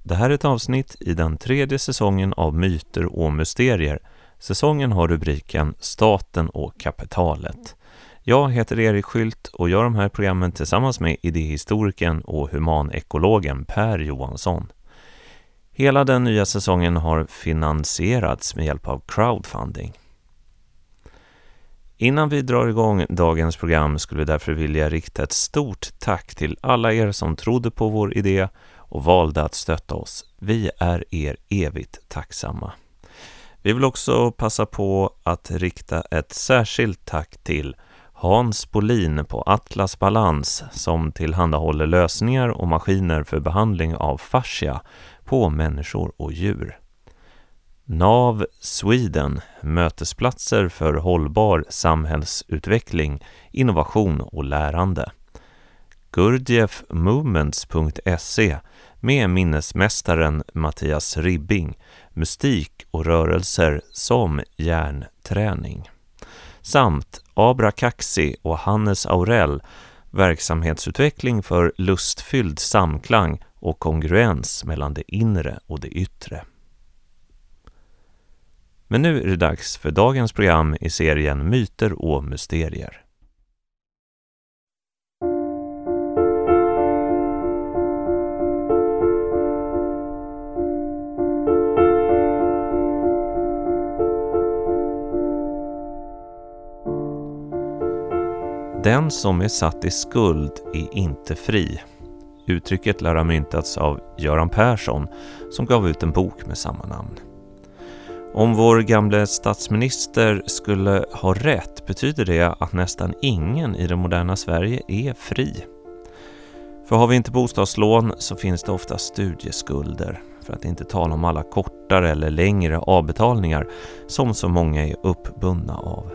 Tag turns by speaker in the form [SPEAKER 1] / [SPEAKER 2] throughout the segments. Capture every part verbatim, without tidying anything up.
[SPEAKER 1] Det här är ett avsnitt i den tredje säsongen av Myter och mysterier. Säsongen har rubriken Staten och kapitalet. Jag heter Erik Skylt och gör de här programmen tillsammans med idéhistorikern och humanekologen Per Johansson. Hela den nya säsongen har finansierats med hjälp av crowdfunding. Innan vi drar igång dagens program skulle vi därför vilja rikta ett stort tack till alla er som trodde på vår idé och valde att stötta oss. Vi är er evigt tacksamma. Vi vill också passa på att rikta ett särskilt tack till Hans Bolin på Atlas Balans som tillhandahåller lösningar och maskiner för behandling av fascia på människor och djur. N A V Sweden, mötesplatser för hållbar samhällsutveckling, innovation och lärande. Gurdjieff Movements punkt se med minnesmästaren Mattias Ribbing, mystik och rörelser som hjärnträning. Samt Abrakaxi och Hannes Aurell, verksamhetsutveckling för lustfylld samklang och kongruens mellan det inre och det yttre. Men nu är det dags för dagens program i serien Myter och mysterier. Den som är satt i skuld är inte fri. Uttrycket lär ha myntats av Göran Persson som gav ut en bok med samma namn. Om vår gamle statsminister skulle ha rätt betyder det att nästan ingen i det moderna Sverige är fri. För har vi inte bostadslån så finns det ofta studieskulder, för att inte tala om alla kortare eller längre avbetalningar som så många är uppbundna av.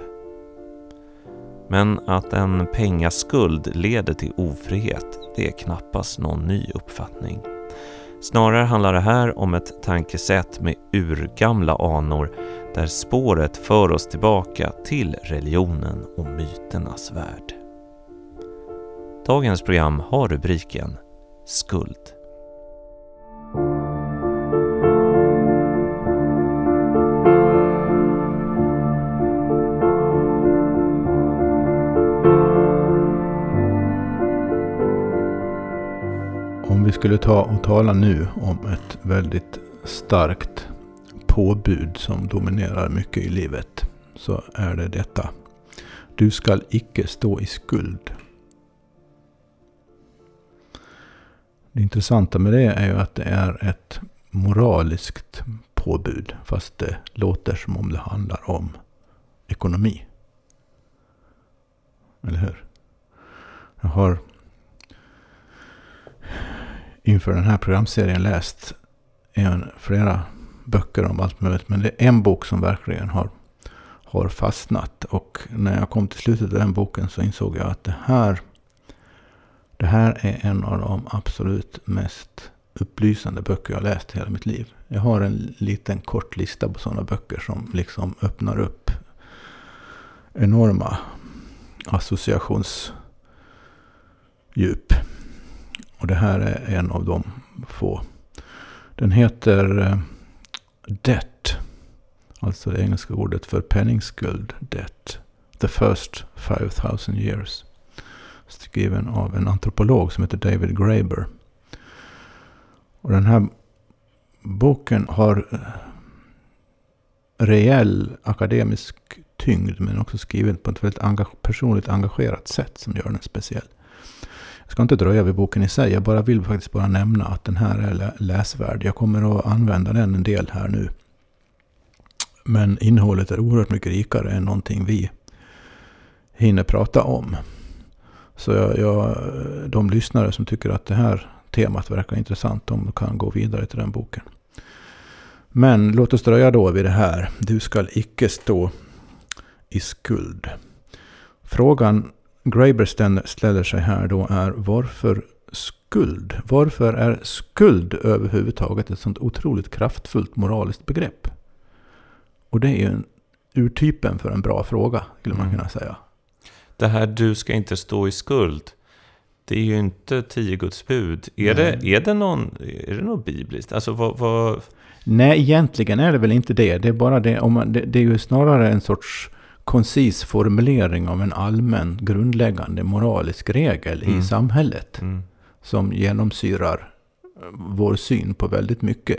[SPEAKER 1] Men att en pengaskuld leder till ofrihet, det är knappast någon ny uppfattning. Snarare handlar det här om ett tankesätt med urgamla anor där spåret för oss tillbaka till religionen och myternas värld. Dagens program har rubriken Skuld.
[SPEAKER 2] Om vi skulle ta och tala nu om ett väldigt starkt påbud som dominerar mycket i livet, så är det detta: du skall icke stå i skuld. Det intressanta med det är ju att det är ett moraliskt påbud, fast det låter som om det handlar om ekonomi. Eller hur? Jag har inför den här programserien läst en, flera böcker om allt möjligt, men det är en bok som verkligen har, har fastnat, och när jag kom till slutet av den boken så insåg jag att det här det här är en av de absolut mest upplysande böcker jag läst i hela mitt liv. Jag har en liten kort lista på sådana böcker som liksom öppnar upp enorma associationsdjup. Och det här är en av de få. Den heter uh, Debt. Alltså det engelska ordet för penningskuld. Debt. The First five thousand Years. Skriven av en antropolog som heter David Graeber. Och den här boken har reell akademisk tyngd, men också skriven på ett väldigt engage- personligt engagerat sätt som gör den speciell. Jag ska inte dröja vid boken i sig, jag bara vill faktiskt bara nämna att den här är läsvärd. Jag kommer att använda den en del här nu. Men innehållet är oerhört mycket rikare än någonting vi hinner prata om. Så jag, jag, de lyssnare som tycker att det här temat verkar intressant, de kan gå vidare till den boken. Men låt oss dröja då vid det här. Du ska icke stå i skuld. Frågan Graeber ställer sig här då är: varför skuld? Varför är skuld överhuvudtaget ett sånt otroligt kraftfullt moraliskt begrepp? Och det är ju en urtypen för en bra fråga, skulle man kunna säga.
[SPEAKER 1] Det här du ska inte stå i skuld, det är ju inte tio Guds bud. Är det, är det någon, är det något bibliskt? Alltså vad, vad...
[SPEAKER 2] Nej, egentligen är det väl inte det. Det är bara det, om man, det, det är ju snarare en sorts koncis formulering av en allmän grundläggande moralisk regel mm. i samhället mm. som genomsyrar vår syn på väldigt mycket.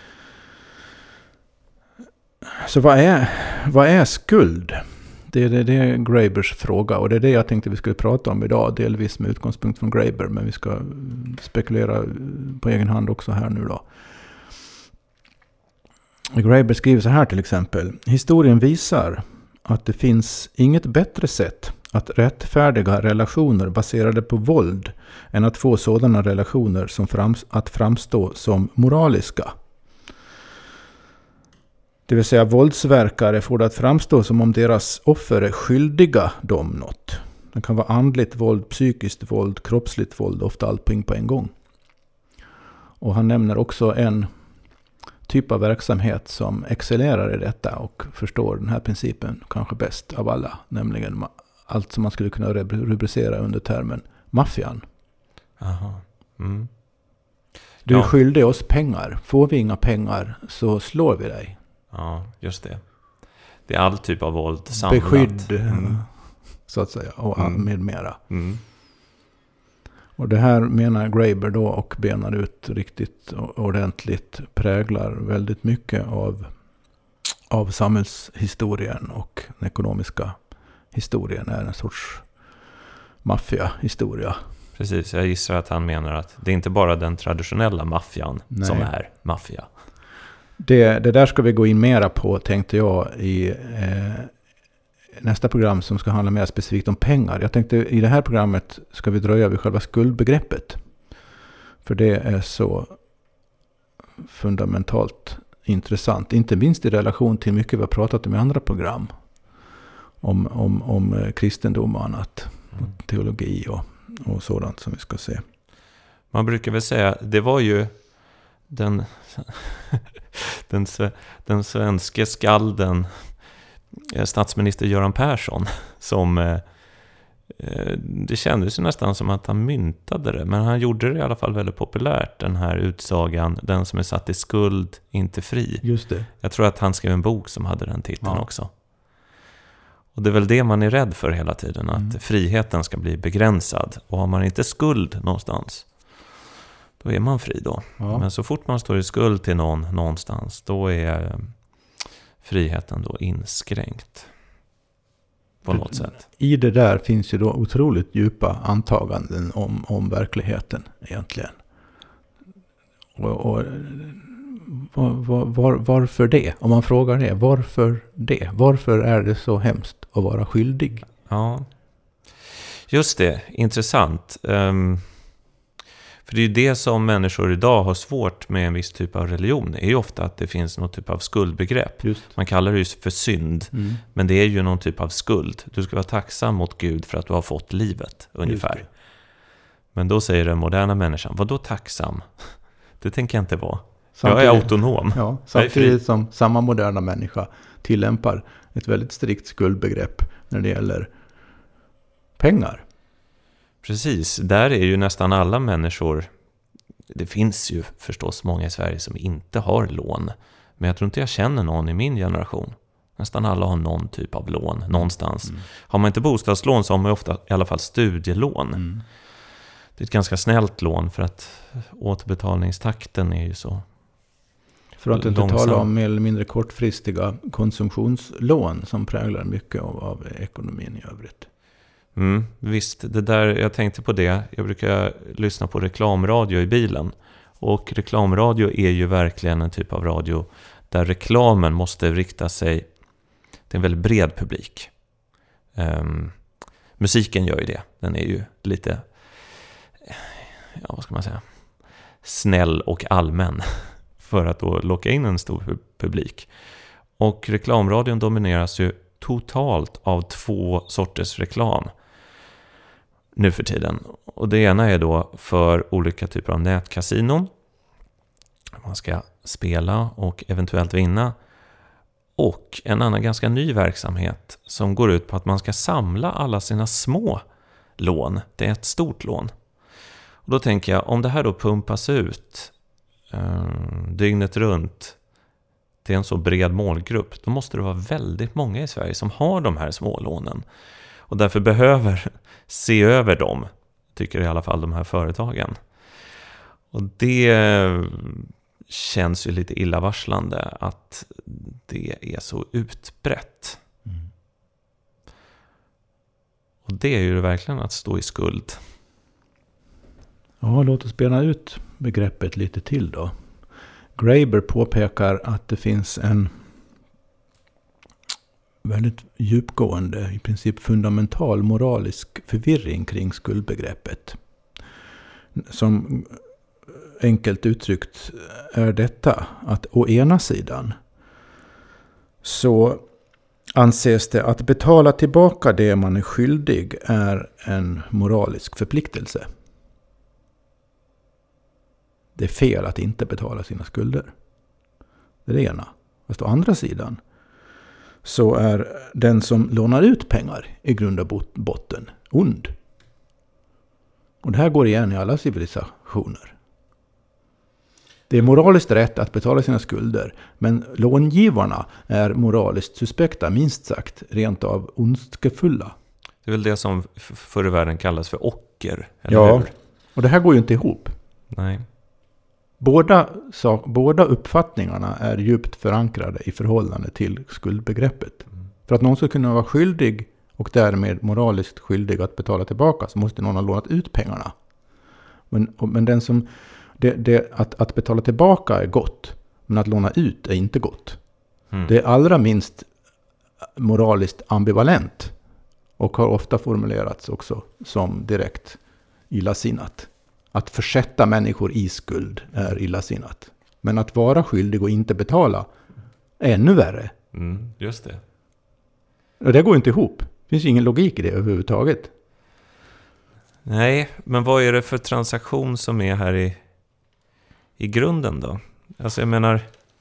[SPEAKER 2] Så vad är, vad är skuld? Det är, det, det är Grabers fråga, och det är det jag tänkte vi skulle prata om idag, delvis med utgångspunkt från Graeber, men vi ska spekulera på egen hand också här nu då. Graeber skriver så här till exempel: historien visar att det finns inget bättre sätt att rättfärdiga relationer baserade på våld än att få sådana relationer som frams- att framstå som moraliska. Det vill säga våldsverkare får det att framstå som om deras offer är skyldiga dem något. Det kan vara andligt våld, psykiskt våld, kroppsligt våld, ofta allting på en gång. Och han nämner också en typ av verksamhet som excellerar i detta och förstår den här principen kanske bäst av alla. Nämligen allt som man skulle kunna rubricera under termen maffian.
[SPEAKER 1] Aha. Mm.
[SPEAKER 2] Du är
[SPEAKER 1] ja.
[SPEAKER 2] skyldig oss pengar. Får vi inga pengar så slår vi dig.
[SPEAKER 1] Ja, just det. Det är all typ av våld samlat.
[SPEAKER 2] Beskydd,
[SPEAKER 1] mm.
[SPEAKER 2] så att säga, och
[SPEAKER 1] mm.
[SPEAKER 2] med mera.
[SPEAKER 1] Mm.
[SPEAKER 2] Och det här menar Graeber då, och benar ut riktigt ordentligt, präglar väldigt mycket av, av samhällshistorien, och den ekonomiska historien är en sorts maffiahistoria.
[SPEAKER 1] Precis, jag gissar att han menar att det är inte bara den traditionella maffian Nej. som är maffia.
[SPEAKER 2] Det, det där ska vi gå in mera på, tänkte jag, i eh, nästa program som ska handla mer specifikt om pengar. Jag tänkte i det här programmet ska vi dröja vid själva skuldbegreppet. För det är så fundamentalt intressant. Inte minst i relation till mycket vi har pratat om i andra program. Om, om, om kristendom och annat. Mm. Och teologi och, och sådant som vi ska se.
[SPEAKER 1] Man brukar väl säga, det var ju den, den, den svenska skalden statsminister Göran Persson som eh, det kändes ju nästan som att han myntade det, men han gjorde det i alla fall väldigt populärt, den här utsagan, den som är satt i skuld, inte fri.
[SPEAKER 2] Just det.
[SPEAKER 1] Jag tror att han skrev en bok som hade den titeln
[SPEAKER 2] ja.
[SPEAKER 1] också. Och det är väl det man är rädd för hela tiden, att mm. friheten ska bli begränsad, och har man inte skuld någonstans, då är man fri då. Ja. Men så fort man står i skuld till någon någonstans, då är friheten då inskränkt på något sätt.
[SPEAKER 2] I det där finns ju då otroligt djupa antaganden om, om verkligheten egentligen. Och, och var, var, varför det? Om man frågar det, varför det? Varför är det så hemskt att vara skyldig?
[SPEAKER 1] Ja, just det. Intressant. Um, För det är ju det som människor idag har svårt med en viss typ av religion. Det är ju ofta att det finns någon typ av skuldbegrepp. Just. Man kallar det ju för synd. Mm. Men det är ju någon typ av skuld. Du ska vara tacksam mot Gud för att du har fått livet, ungefär. Men då säger den moderna människan, vad då tacksam? Det tänker jag inte vara. Samtidigt, jag är autonom.
[SPEAKER 2] Ja, samtidigt som samma moderna människa tillämpar ett väldigt strikt skuldbegrepp när det gäller pengar.
[SPEAKER 1] Precis, där är ju nästan alla människor, det finns ju förstås många i Sverige som inte har lån, men jag tror inte jag känner någon i min generation. Nästan alla har någon typ av lån någonstans. Mm. Har man inte bostadslån så har man ofta i alla fall studielån. Mm. Det är ett ganska snällt lån för att återbetalningstakten är ju så
[SPEAKER 2] För att inte
[SPEAKER 1] långsam.
[SPEAKER 2] tala om mer eller mindre kortfristiga konsumtionslån som präglar mycket av, av ekonomin i övrigt.
[SPEAKER 1] Mm, visst, det där, jag tänkte på det. Jag brukar lyssna på reklamradio i bilen. Och reklamradio är ju verkligen en typ av radio där reklamen måste rikta sig till en väldigt bred publik. Um, musiken gör ju det. Den är ju lite, ja, vad ska man säga, snäll och allmän för att då locka in en stor publik. Och reklamradion domineras ju totalt av två sorters reklam nu för tiden. Och det ena är då för olika typer av nätkasinon. Man ska spela och eventuellt vinna. Och en annan ganska ny verksamhet som går ut på att man ska samla alla sina små lån. Det är ett stort lån. Och då tänker jag, om det här då pumpas ut eh, dygnet runt till en så bred målgrupp, då måste det vara väldigt många i Sverige som har de här smålånen. Och därför behöver se över dem, tycker i alla fall de här företagen. Och det känns ju lite illavarslande att det är så utbrett. Mm. Och det är ju verkligen att stå i skuld.
[SPEAKER 2] Ja, låt oss bena ut begreppet lite till då. Graeber påpekar att det finns en väldigt djupgående, i princip fundamental moralisk förvirring kring skuldbegreppet. Som enkelt uttryckt är detta att å ena sidan så anses det att betala tillbaka det man är skyldig är en moralisk förpliktelse. Det är fel att inte betala sina skulder. Det är det ena. Fast å andra sidan så är den som lånar ut pengar i grund och botten ond. Och det här går igen i alla civilisationer. Det är moraliskt rätt att betala sina skulder, men långivarna är moraliskt suspekta, minst sagt, rent av ondskefulla.
[SPEAKER 1] Det är väl det som förr i världen kallas för ocker, eller
[SPEAKER 2] ja,
[SPEAKER 1] hur?
[SPEAKER 2] Och det här går ju inte ihop.
[SPEAKER 1] Nej.
[SPEAKER 2] Båda, sak, båda uppfattningarna är djupt förankrade i förhållande till skuldbegreppet. Mm. För att någon ska kunna vara skyldig och därmed moraliskt skyldig att betala tillbaka, så måste någon ha lånat ut pengarna. Men, men den som, det, det, att, att betala tillbaka är gott, men att låna ut är inte gott. Mm. Det är allra minst moraliskt ambivalent och har ofta formulerats också som direkt illasinnat. Att försätta människor i skuld är illasinnat. Men att vara skyldig och inte betala är ännu värre.
[SPEAKER 1] Mm, just det.
[SPEAKER 2] Och det går inte ihop. Det finns ingen logik i det överhuvudtaget.
[SPEAKER 1] Nej, men vad är det för transaktion som är här i, i grunden då? Alltså jag menar,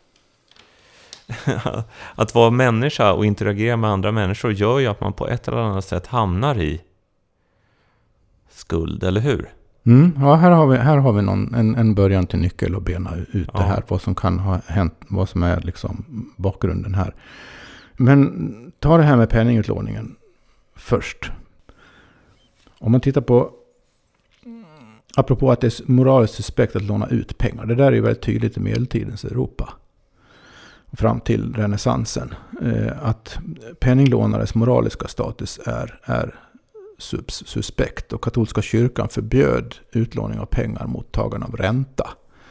[SPEAKER 1] att vara människa och interagera med andra människor gör ju att man på ett eller annat sätt hamnar i skuld, eller hur?
[SPEAKER 2] Mm, ja, här har vi, här har vi någon, en, en början till nyckel och bena ut
[SPEAKER 1] ja.
[SPEAKER 2] det här. Vad som kan ha hänt, vad som är liksom bakgrunden här. Men ta det här med penningutlåningen först. Om man tittar på, apropå att det är moraliskt suspekt att låna ut pengar. Det där är ju väldigt tydligt i medeltidens Europa. Fram till renässansen. Att penninglånares moraliska status är, är suspekt, och katolska kyrkan förbjöd utlåning av pengar mot tagande av ränta.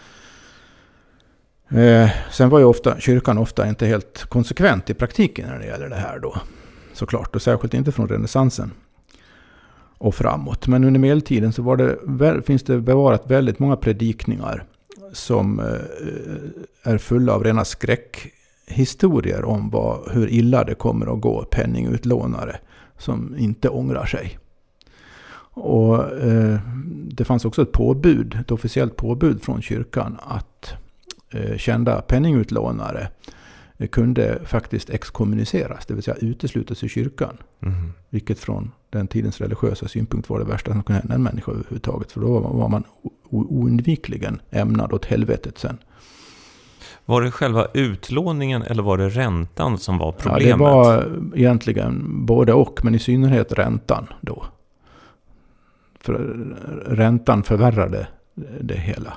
[SPEAKER 2] Eh, sen var ju ofta, kyrkan ofta inte helt konsekvent i praktiken när det gäller det här då. Såklart, och särskilt inte från renässansen och framåt. Men under medeltiden så var det, finns det bevarat väldigt många predikningar som eh, är fulla av rena skräckhistorier om vad, hur illa det kommer att gå penningutlånare som inte ångrar sig. Och eh, det fanns också ett påbud, ett officiellt påbud från kyrkan att eh, kända penningutlånare eh, kunde faktiskt exkommuniceras, det vill säga uteslutas ur kyrkan. Mm. Vilket från den tidens religiösa synpunkt var det värsta som kunde hända en människa överhuvudtaget, för då var man oundvikligen ämnad åt helvetet sen.
[SPEAKER 1] Var det själva utlåningen eller var det räntan som var problemet?
[SPEAKER 2] Ja, det var egentligen både och, men i synnerhet räntan då. För räntan förvärrade det hela.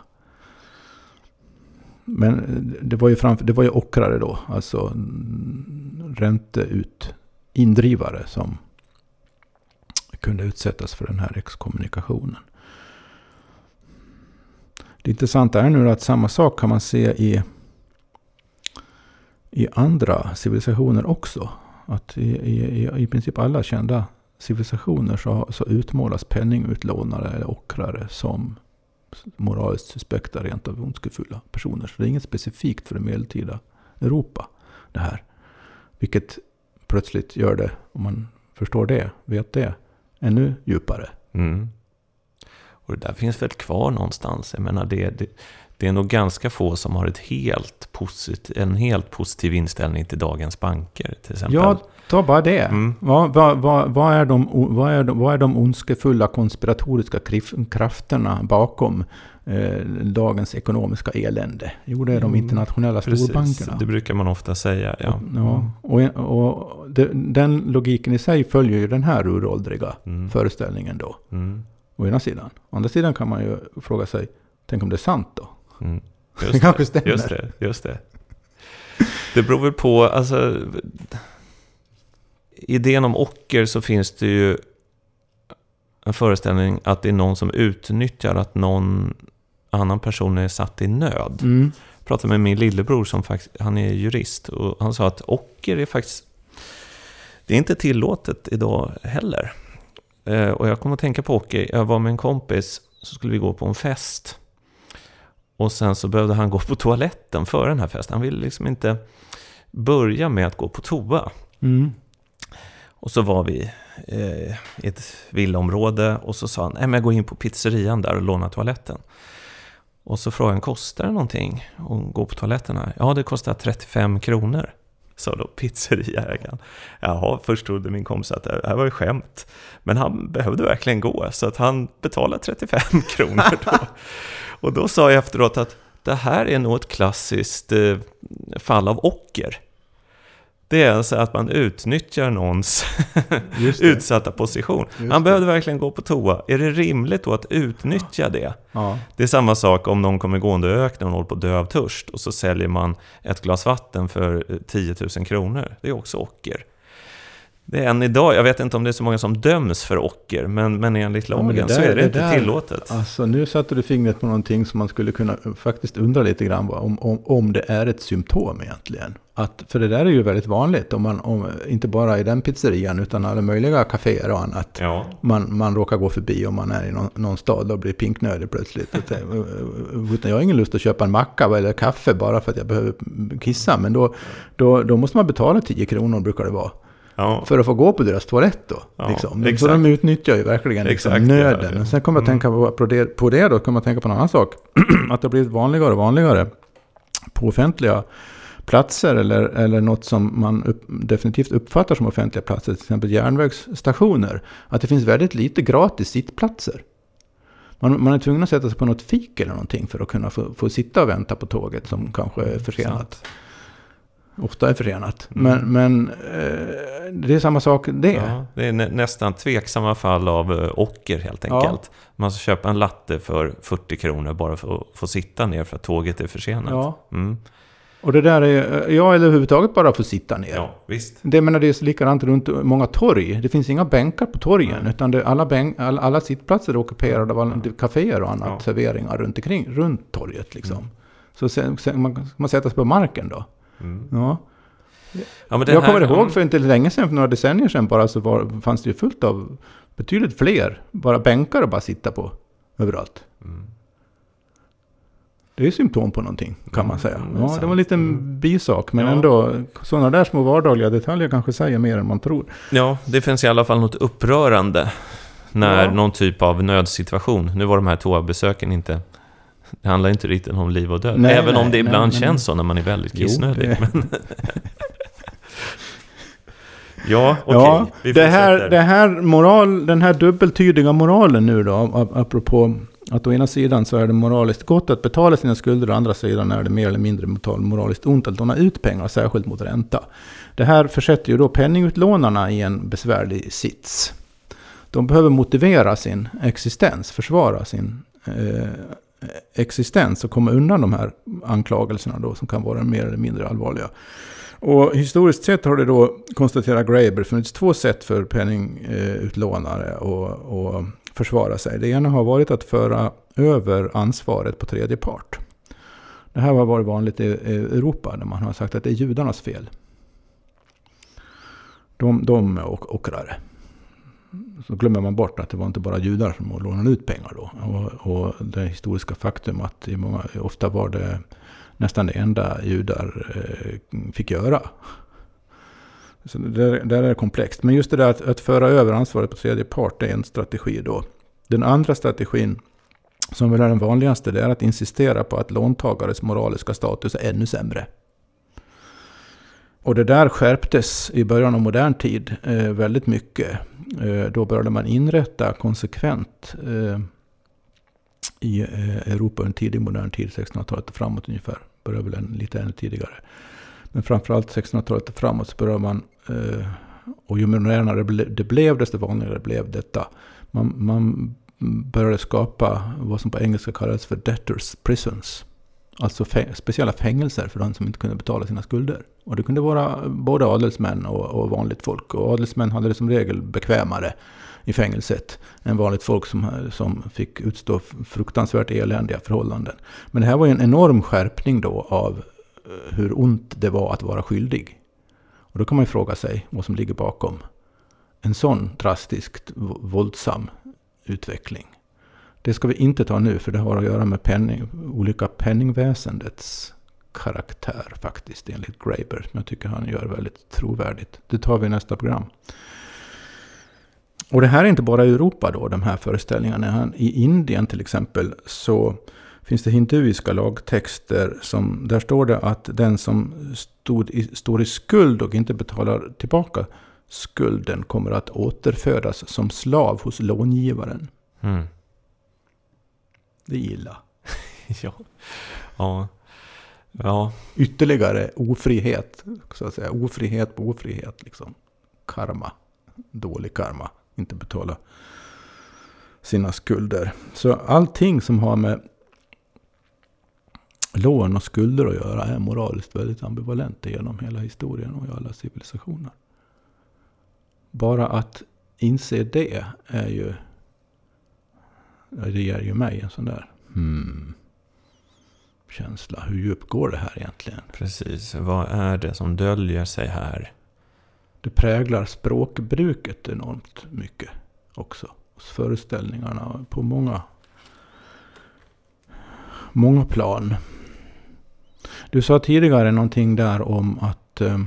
[SPEAKER 2] Men det var ju, framför, det var ju ockrare då, alltså ränteut indrivare som kunde utsättas för den här exkommunikationen. Det intressanta är nu att samma sak kan man se i i andra civilisationer också. Att i, i, i princip alla kända civilisationer så, så utmålas penningutlånare eller ockrare som moraliskt suspekta, rent av ondskefulla personer. Så det är inget specifikt för det medeltida Europa det här. Vilket plötsligt gör det, om man förstår det, vet det, ännu djupare.
[SPEAKER 1] Mm. Och det där finns väl kvar någonstans. Jag menar, det, det, det är nog ganska få som har ett helt posit- en helt positiv inställning till dagens banker till exempel.
[SPEAKER 2] Ja, ta bara det. Mm. Vad, vad, vad, vad, är de, vad, är de, vad är de ondskefulla konspiratoriska krafterna bakom eh, dagens ekonomiska elände? Jo, det är de internationella mm, storbankerna.
[SPEAKER 1] Det brukar man ofta säga, ja.
[SPEAKER 2] ja och och det, den logiken i sig följer ju den här uråldriga mm. föreställningen då. Mm. Å ena sidan. Å andra sidan kan man ju fråga sig, tänk om det är sant då?
[SPEAKER 1] Mm. Just det kanske stämmer. Just det, just det. Det beror väl på, alltså idén om ocker, så finns det ju en föreställning att det är någon som utnyttjar att någon annan person är satt i nöd. Mm. Jag pratade med min lillebror som faktiskt, han är jurist, och han sa att ocker är faktiskt, det är inte tillåtet idag heller. Eh, och jag kommer att tänka på ocker. Jag var med en kompis, så skulle vi gå på en fest. Och sen så behövde han gå på toaletten före den här festen. Han ville liksom inte börja med att gå på toa. Mm. Och så var vi eh, i ett villaområde, och så sa han, nej men jag går in på pizzerian där och lånar toaletten. Och så frågade han, kostar det någonting att gå på toaletten här? Ja, det kostar trettiofem kronor, sa då pizzeriaägaren. Jaha, först trodde min kompis att det här var ju skämt. Men han behövde verkligen gå, så att han betalade trettiofem kronor då. Och då sa jag efteråt att det här är nog ett klassiskt eh, fall av ocker. Det är alltså att man utnyttjar någons utsatta position. Just han behövde det. verkligen gå på toa. Är det rimligt då att utnyttja ja. det? Ja. Det är samma sak om någon kommer gående i öknen och håller på att dö av törst, och så säljer man ett glas vatten för tio tusen kronor. Det är också ocker. Det är än idag, jag vet inte om det är så många som döms för ocker, men, men enligt lagen ja, men där, så är det, det inte där, tillåtet.
[SPEAKER 2] Alltså nu satte du fingret på någonting som man skulle kunna faktiskt undra lite grann om, om, om det är ett symptom egentligen. Att, för det där är ju väldigt vanligt, om man, om, inte bara i den pizzerian utan alla möjliga kaféer och annat. Ja. Man, man råkar gå förbi om man är i någon, någon stad och blir pinknödig plötsligt. Utan jag har ingen lust att köpa en macka eller kaffe bara för att jag behöver kissa, men då, då, då måste man betala tio kronor brukar det vara. Ja. För att få gå på deras toalett då. Ja, liksom. Så de utnyttjar ju verkligen liksom exakt, nöden. Ja, ja. Sen kommer jag mm. tänka på det, på det då, kommer jag tänka på en annan sak. Att det har blivit vanligare och vanligare på offentliga platser eller, eller något som man upp, definitivt uppfattar som offentliga platser, till exempel järnvägsstationer, att det finns väldigt lite gratis sittplatser. Man, man är tvungen att sätta sig på något fik eller någonting för att kunna få, få sitta och vänta på tåget som kanske är försenat. Sant. Ofta är försenat. Mm. Men, men eh, det är samma sak det.
[SPEAKER 1] Ja, det är nä- nästan tveksamma fall av uh, ocker helt enkelt. Ja. Man ska köpa en latte för fyrtio kronor bara för att få sitta ner för att tåget är försenat. Ja. Mm.
[SPEAKER 2] Och det där är, ja, eller överhuvudtaget bara få sitta ner.
[SPEAKER 1] Ja, visst.
[SPEAKER 2] Det, menar, det är likadant runt många torg. Det finns inga bänkar på torgen, mm. utan det, alla, bänk, alla, alla sittplatser är ockuperade av mm. kaféer och annat, ja. serveringar runt omkring, runt torget liksom. Mm. Så sen, sen, man, man sätter sig på marken då. Mm. Ja. Ja, men det jag kommer här, ihåg för inte länge sedan, för några decennier sedan bara, så var, fanns det ju fullt av betydligt fler bara bänkar att bara sitta på överallt. Mm. Det är ju symptom på någonting kan man säga. Mm, ja, det var en liten mm. bisak, men ja. ändå sådana där små vardagliga detaljer kanske säger mer än man tror.
[SPEAKER 1] Ja, det finns i alla fall något upprörande när ja. någon typ av nödsituation. Nu var de här toabesöken inte, det handlar inte riktigt om liv och död. Nej, även nej, om det ibland nej, känns nej. så när man är väldigt kissnödig. Jo, men ja, okej. Okay.
[SPEAKER 2] Ja, det här, det här moral, den här dubbeltydiga moralen nu då, apropå att å ena sidan så är det moraliskt gott att betala sina skulder, å andra sidan är det mer eller mindre moraliskt ont att låna ut pengar, särskilt mot ränta. Det här försätter ju då penningutlånarna i en besvärlig sits. De behöver motivera sin existens, försvara sin eh, existens och komma undan de här anklagelserna då, som kan vara mer eller mindre allvarliga. Och historiskt sett har det då, konstaterar Graeber, funnits två sätt för penningutlånare att försvara sig. Det ena har varit att föra över ansvaret på tredje part. Det här har varit vanligt i Europa, där man har sagt att det är judarnas fel. De, de är ockrare. Så glömmer man bort att det var inte bara judar som lånade ut pengar då. Och, och det historiska faktum att i många, ofta var det nästan det enda judar eh, fick göra. Så det där är komplext. Men just det där att, att föra över ansvaret på tredje part är en strategi då. Den andra strategin som väl är den vanligaste, det är att insistera på att låntagares moraliska status är ännu sämre. Och det där skärptes i början av modern tid eh, väldigt mycket. Eh, då började man inrätta konsekvent eh, i eh, Europa under tidig modern tid, sextonhundratalet och framåt ungefär. Började väl en, lite ännu tidigare. Men framförallt sextonhundratalet och framåt så började man, eh, och ju mer det, ble, det blev, desto vanligare blev detta. Man, man började skapa vad som på engelska kallas för debtors prisons. Alltså fäng- speciella fängelser för de som inte kunde betala sina skulder. Och det kunde vara både adelsmän och, och vanligt folk. Och adelsmän hade det som regel bekvämare i fängelset än vanligt folk som, som fick utstå fruktansvärt eländiga förhållanden. Men det här var ju en enorm skärpning då av hur ont det var att vara skyldig. Och då kan man ju fråga sig vad som ligger bakom en sån drastiskt våldsam utveckling. Det ska vi inte ta nu, för det har att göra med penning, olika penningväsendets karaktär faktiskt, enligt Graeber, som jag tycker han gör väldigt trovärdigt. Det tar vi i nästa program. Och det här är inte bara i Europa då, de här föreställningarna. I Indien till exempel så finns det hinduiska lagtexter som, där står det att den som stod i, står i skuld och inte betalar tillbaka skulden kommer att återfödas som slav hos långivaren.
[SPEAKER 1] Mm.
[SPEAKER 2] Det är illa.
[SPEAKER 1] ja. ja. Ja.
[SPEAKER 2] Ytterligare ofrihet, så att säga. Ofrihet på ofrihet, liksom. Karma. Dålig karma. Inte betala sina skulder. Så allting som har med lån och skulder att göra är moraliskt väldigt ambivalent genom hela historien och i alla civilisationer. Bara att inse det är ju, det ger ju mig en sån där hmm, känsla. Hur djupt går det här egentligen?
[SPEAKER 1] Precis, vad är det som döljer sig här?
[SPEAKER 2] Det präglar språkbruket enormt mycket också. Hos föreställningarna på många, många plan. Du sa tidigare någonting där om att eh,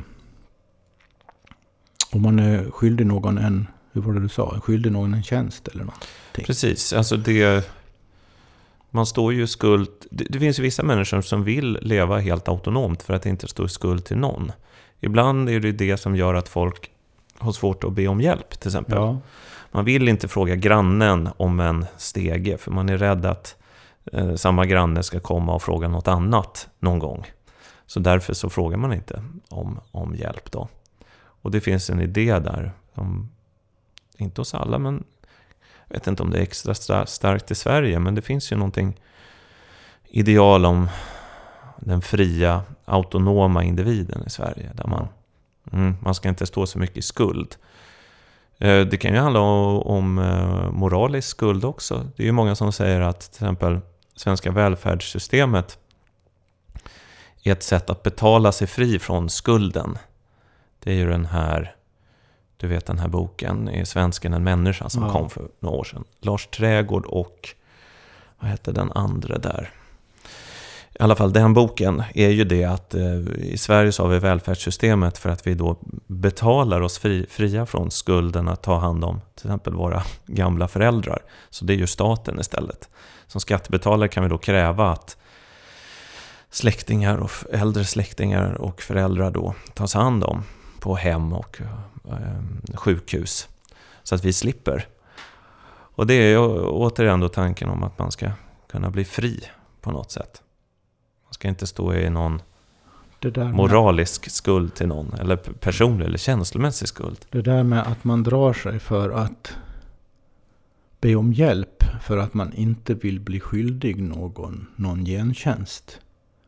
[SPEAKER 2] om man är skyldig någon en, hur var det du sa? Skyldig någon en tjänst eller någonting.
[SPEAKER 1] Precis, alltså det, man står ju i skuld. Det, det finns ju vissa människor som vill leva helt autonomt för att inte stå i skuld till någon. Ibland är det det som gör att folk har svårt att be om hjälp till exempel.
[SPEAKER 2] Ja.
[SPEAKER 1] Man vill inte fråga grannen om en stege för man är rädd att eh, samma granne ska komma och fråga något annat någon gång. Så därför så frågar man inte om, om hjälp då. Och det finns en idé där som, inte hos alla, men jag vet inte om det är extra starkt i Sverige, men det finns ju någonting ideal om den fria, autonoma individen i Sverige. Där man, mm, man ska inte stå så mycket i skuld. Eh, det kan ju handla om, om eh, moralisk skuld också. Det är ju många som säger att till exempel svenska välfärdssystemet är ett sätt att betala sig fri från skulden. Det är ju den här, du vet den här boken, är Svensken en människa som ja. kom för några år sedan. Lars Trägård och, vad heter den andra där? I alla fall den boken är ju det att eh, i Sverige så har vi välfärdssystemet för att vi då betalar oss fri, fria från skulden att ta hand om till exempel våra gamla föräldrar. Så det är ju staten istället. Som skattebetalare kan vi då kräva att släktingar och äldre släktingar och föräldrar då tas hand om på hem och eh, sjukhus så att vi slipper. Och det är ju återigen då tanken om att man ska kunna bli fri på något sätt. Man ska inte stå i någon moralisk med, skuld till någon eller personlig eller känslomässig skuld.
[SPEAKER 2] Det där med att man drar sig för att be om hjälp för att man inte vill bli skyldig någon, någon gentjänst.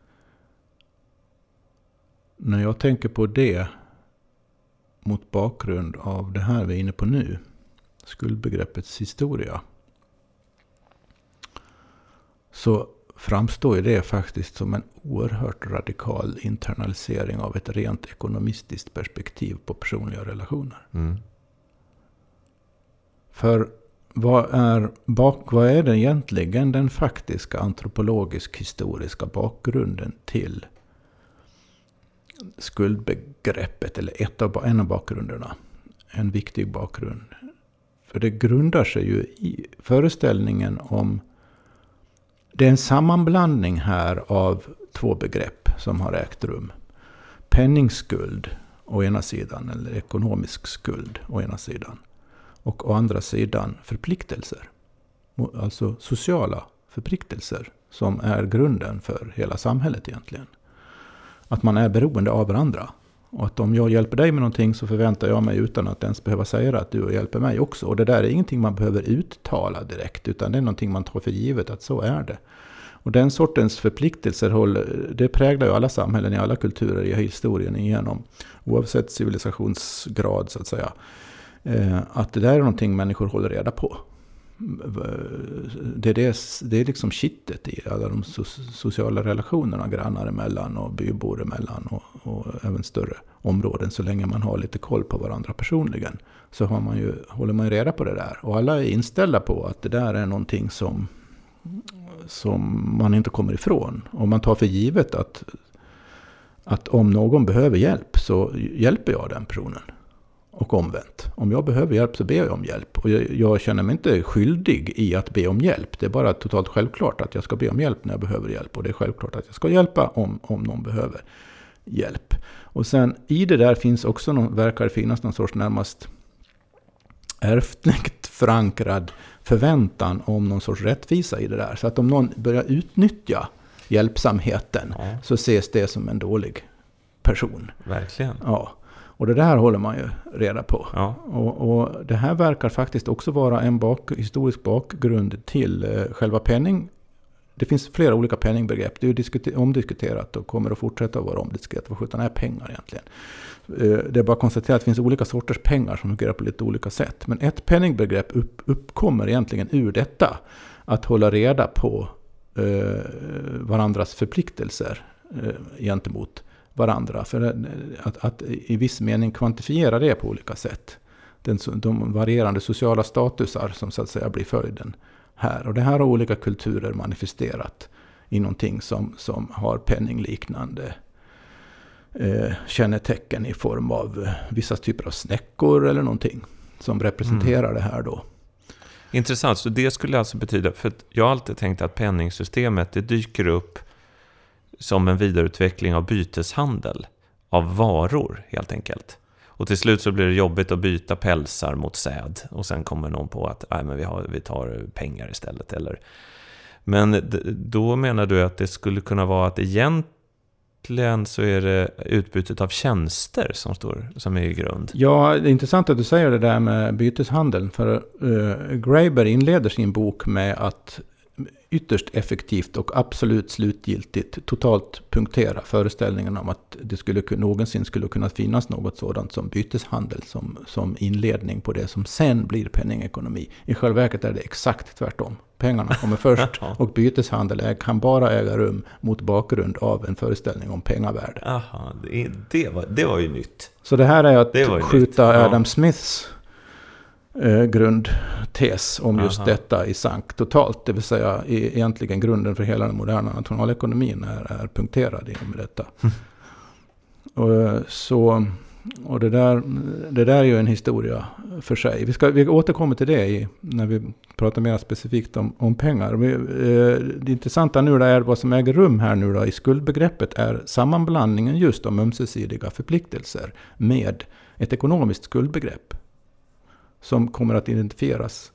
[SPEAKER 2] När jag tänker på det mot bakgrund av det här vi är inne på nu, skuldbegreppets historia, så framstår det faktiskt som en oerhört radikal internalisering av ett rent ekonomistiskt perspektiv på personliga relationer.
[SPEAKER 1] Mm.
[SPEAKER 2] För vad är, bak, vad är det egentligen den faktiska antropologisk-historiska bakgrunden till skuldbegreppet, eller ett av, en av bakgrunderna, en viktig bakgrund? För det grundar sig ju i föreställningen om det är en sammanblandning här av två begrepp som har ägt rum. Penningsskuld å ena sidan, eller ekonomisk skuld å ena sidan. Och å andra sidan förpliktelser. Alltså sociala förpliktelser som är grunden för hela samhället egentligen. Att man är beroende av varandra. Och att om jag hjälper dig med någonting så förväntar jag mig utan att ens behöva säga att du hjälper mig också. Och det där är ingenting man behöver uttala direkt, utan det är någonting man tar för givet att så är det. Och den sortens förpliktelser, det präglar ju alla samhällen i alla kulturer i historien igenom. Oavsett civilisationsgrad så att säga. Att det där är någonting människor håller reda på. Det är, det, det är liksom kittet i alla de sociala relationerna grannar emellan och bybor emellan och, och även större områden. Så länge man har lite koll på varandra personligen så har man ju, håller man ju reda på det där. Och alla är inställda på att det där är någonting som, som man inte kommer ifrån. Och man tar för givet att, att om någon behöver hjälp så hjälper jag den personen. Och omvänt. Om jag behöver hjälp så ber jag om hjälp. Och jag, jag känner mig inte skyldig i att be om hjälp. Det är bara totalt självklart att jag ska be om hjälp när jag behöver hjälp. Och det är självklart att jag ska hjälpa om, om någon behöver hjälp. Och sen i det där finns också någon, verkar det finnas någon sorts närmast ärftligt förankrad förväntan om någon sorts rättvisa i det där. Så att om någon börjar utnyttja hjälpsamheten ja. Så ses det som en dålig person.
[SPEAKER 1] Verkligen.
[SPEAKER 2] Ja. Och det där håller man ju reda på.
[SPEAKER 1] Ja.
[SPEAKER 2] Och, och det här verkar faktiskt också vara en bak, historisk bakgrund till eh, själva penning. Det finns flera olika penningbegrepp. Det är ju diskuter- omdiskuterat och kommer att fortsätta att vara omdiskuterat. Vad sjutton är pengar egentligen? Eh, det är bara att konstatera att det finns olika sorters pengar som fungerar på lite olika sätt. Men ett penningbegrepp upp, uppkommer egentligen ur detta. Att hålla reda på eh, varandras förpliktelser eh, gentemot varandra, för att, att i viss mening kvantifiera det på olika sätt. Den, de varierande sociala statusar som så att säga blir följden här. Och det här har olika kulturer manifesterat i någonting som, som har penningliknande eh, kännetecken i form av vissa typer av snäckor eller någonting som representerar mm. det här då.
[SPEAKER 1] Intressant, så det skulle alltså betyda, för att jag har alltid tänkt att penningsystemet det dyker upp som en vidareutveckling av byteshandel av varor helt enkelt. Och till slut så blir det jobbigt att byta pälsar mot säd och sen kommer någon på att nej, men vi, har, vi tar pengar istället. Eller. Men d- då menar du att det skulle kunna vara att egentligen så är det utbytet av tjänster som, står, som är i grund.
[SPEAKER 2] Ja, det är intressant att du säger det där med byteshandeln. För uh, Graeber inleder sin bok med att ytterst effektivt och absolut slutgiltigt totalt punktera föreställningen om att det skulle någonsin skulle kunna finnas något sådant som byteshandel som, som inledning på det som sen blir penningekonomi. I själva verket är det exakt tvärtom. Pengarna kommer först och byteshandel är, kan bara äga rum mot bakgrund av en föreställning om pengavärde.
[SPEAKER 1] Aha, det, det, var, det var ju nytt.
[SPEAKER 2] Så det här är att skjuta
[SPEAKER 1] nytt.
[SPEAKER 2] Adam
[SPEAKER 1] Ja.
[SPEAKER 2] Smiths Eh, grundtes om just
[SPEAKER 1] Aha.
[SPEAKER 2] detta i sank totalt. Det vill säga e- egentligen grunden för hela den moderna nationalekonomin är, är punkterad i och med detta. Mm. Och, så, och det, där, det där är ju en historia för sig. Vi, ska, vi återkommer till det i, när vi pratar mer specifikt om, om pengar. Vi, eh, det intressanta nu är vad som äger rum här nu då, i skuldbegreppet är sammanblandningen just om ömsesidiga förpliktelser med ett ekonomiskt skuldbegrepp som kommer att identifieras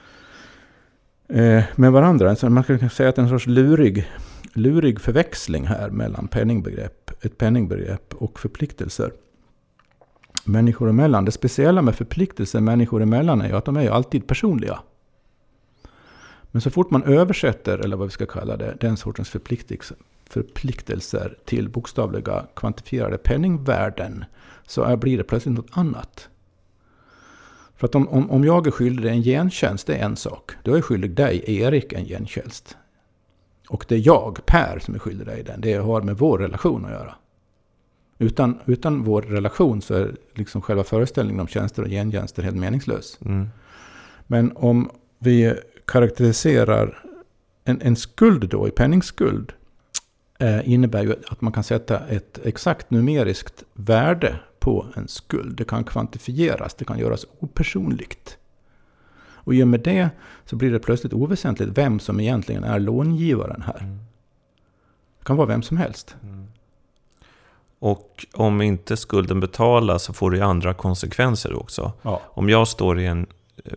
[SPEAKER 2] eh, med varandra. Så man kan säga att det är en sorts lurig, lurig förväxling här mellan penningbegrepp, ett penningbegrepp och förpliktelser människor emellan. Det speciella med förpliktelser människor emellan är ju att de är ju alltid personliga. Men så fort man översätter, eller vad vi ska kalla det, den sortens förpliktelser, förpliktelser till bokstavliga kvantifierade penningvärden så är, blir det plötsligt något annat. För att om, om, om jag är skyldig dig en gentjänst, det är en sak. Då är jag skyldig dig, Erik, en gentjänst. Och det är jag, Per, som är skyldig dig den. Det har med vår relation att göra. Utan, utan vår relation så är liksom själva föreställningen om tjänster och gentjänster helt meningslös. Mm. Men om vi karaktäriserar en, en skuld då, i penningsskuld, eh, innebär ju att man kan sätta ett exakt numeriskt värde på en skuld. Det kan kvantifieras, det kan göras opersonligt. Och i och med det så blir det plötsligt oväsentligt vem som egentligen är långivaren här.
[SPEAKER 1] Mm.
[SPEAKER 2] Det kan vara vem som helst.
[SPEAKER 1] Mm. Och om inte skulden betalas så får det andra konsekvenser också.
[SPEAKER 2] Ja.
[SPEAKER 1] Om jag står i en eh,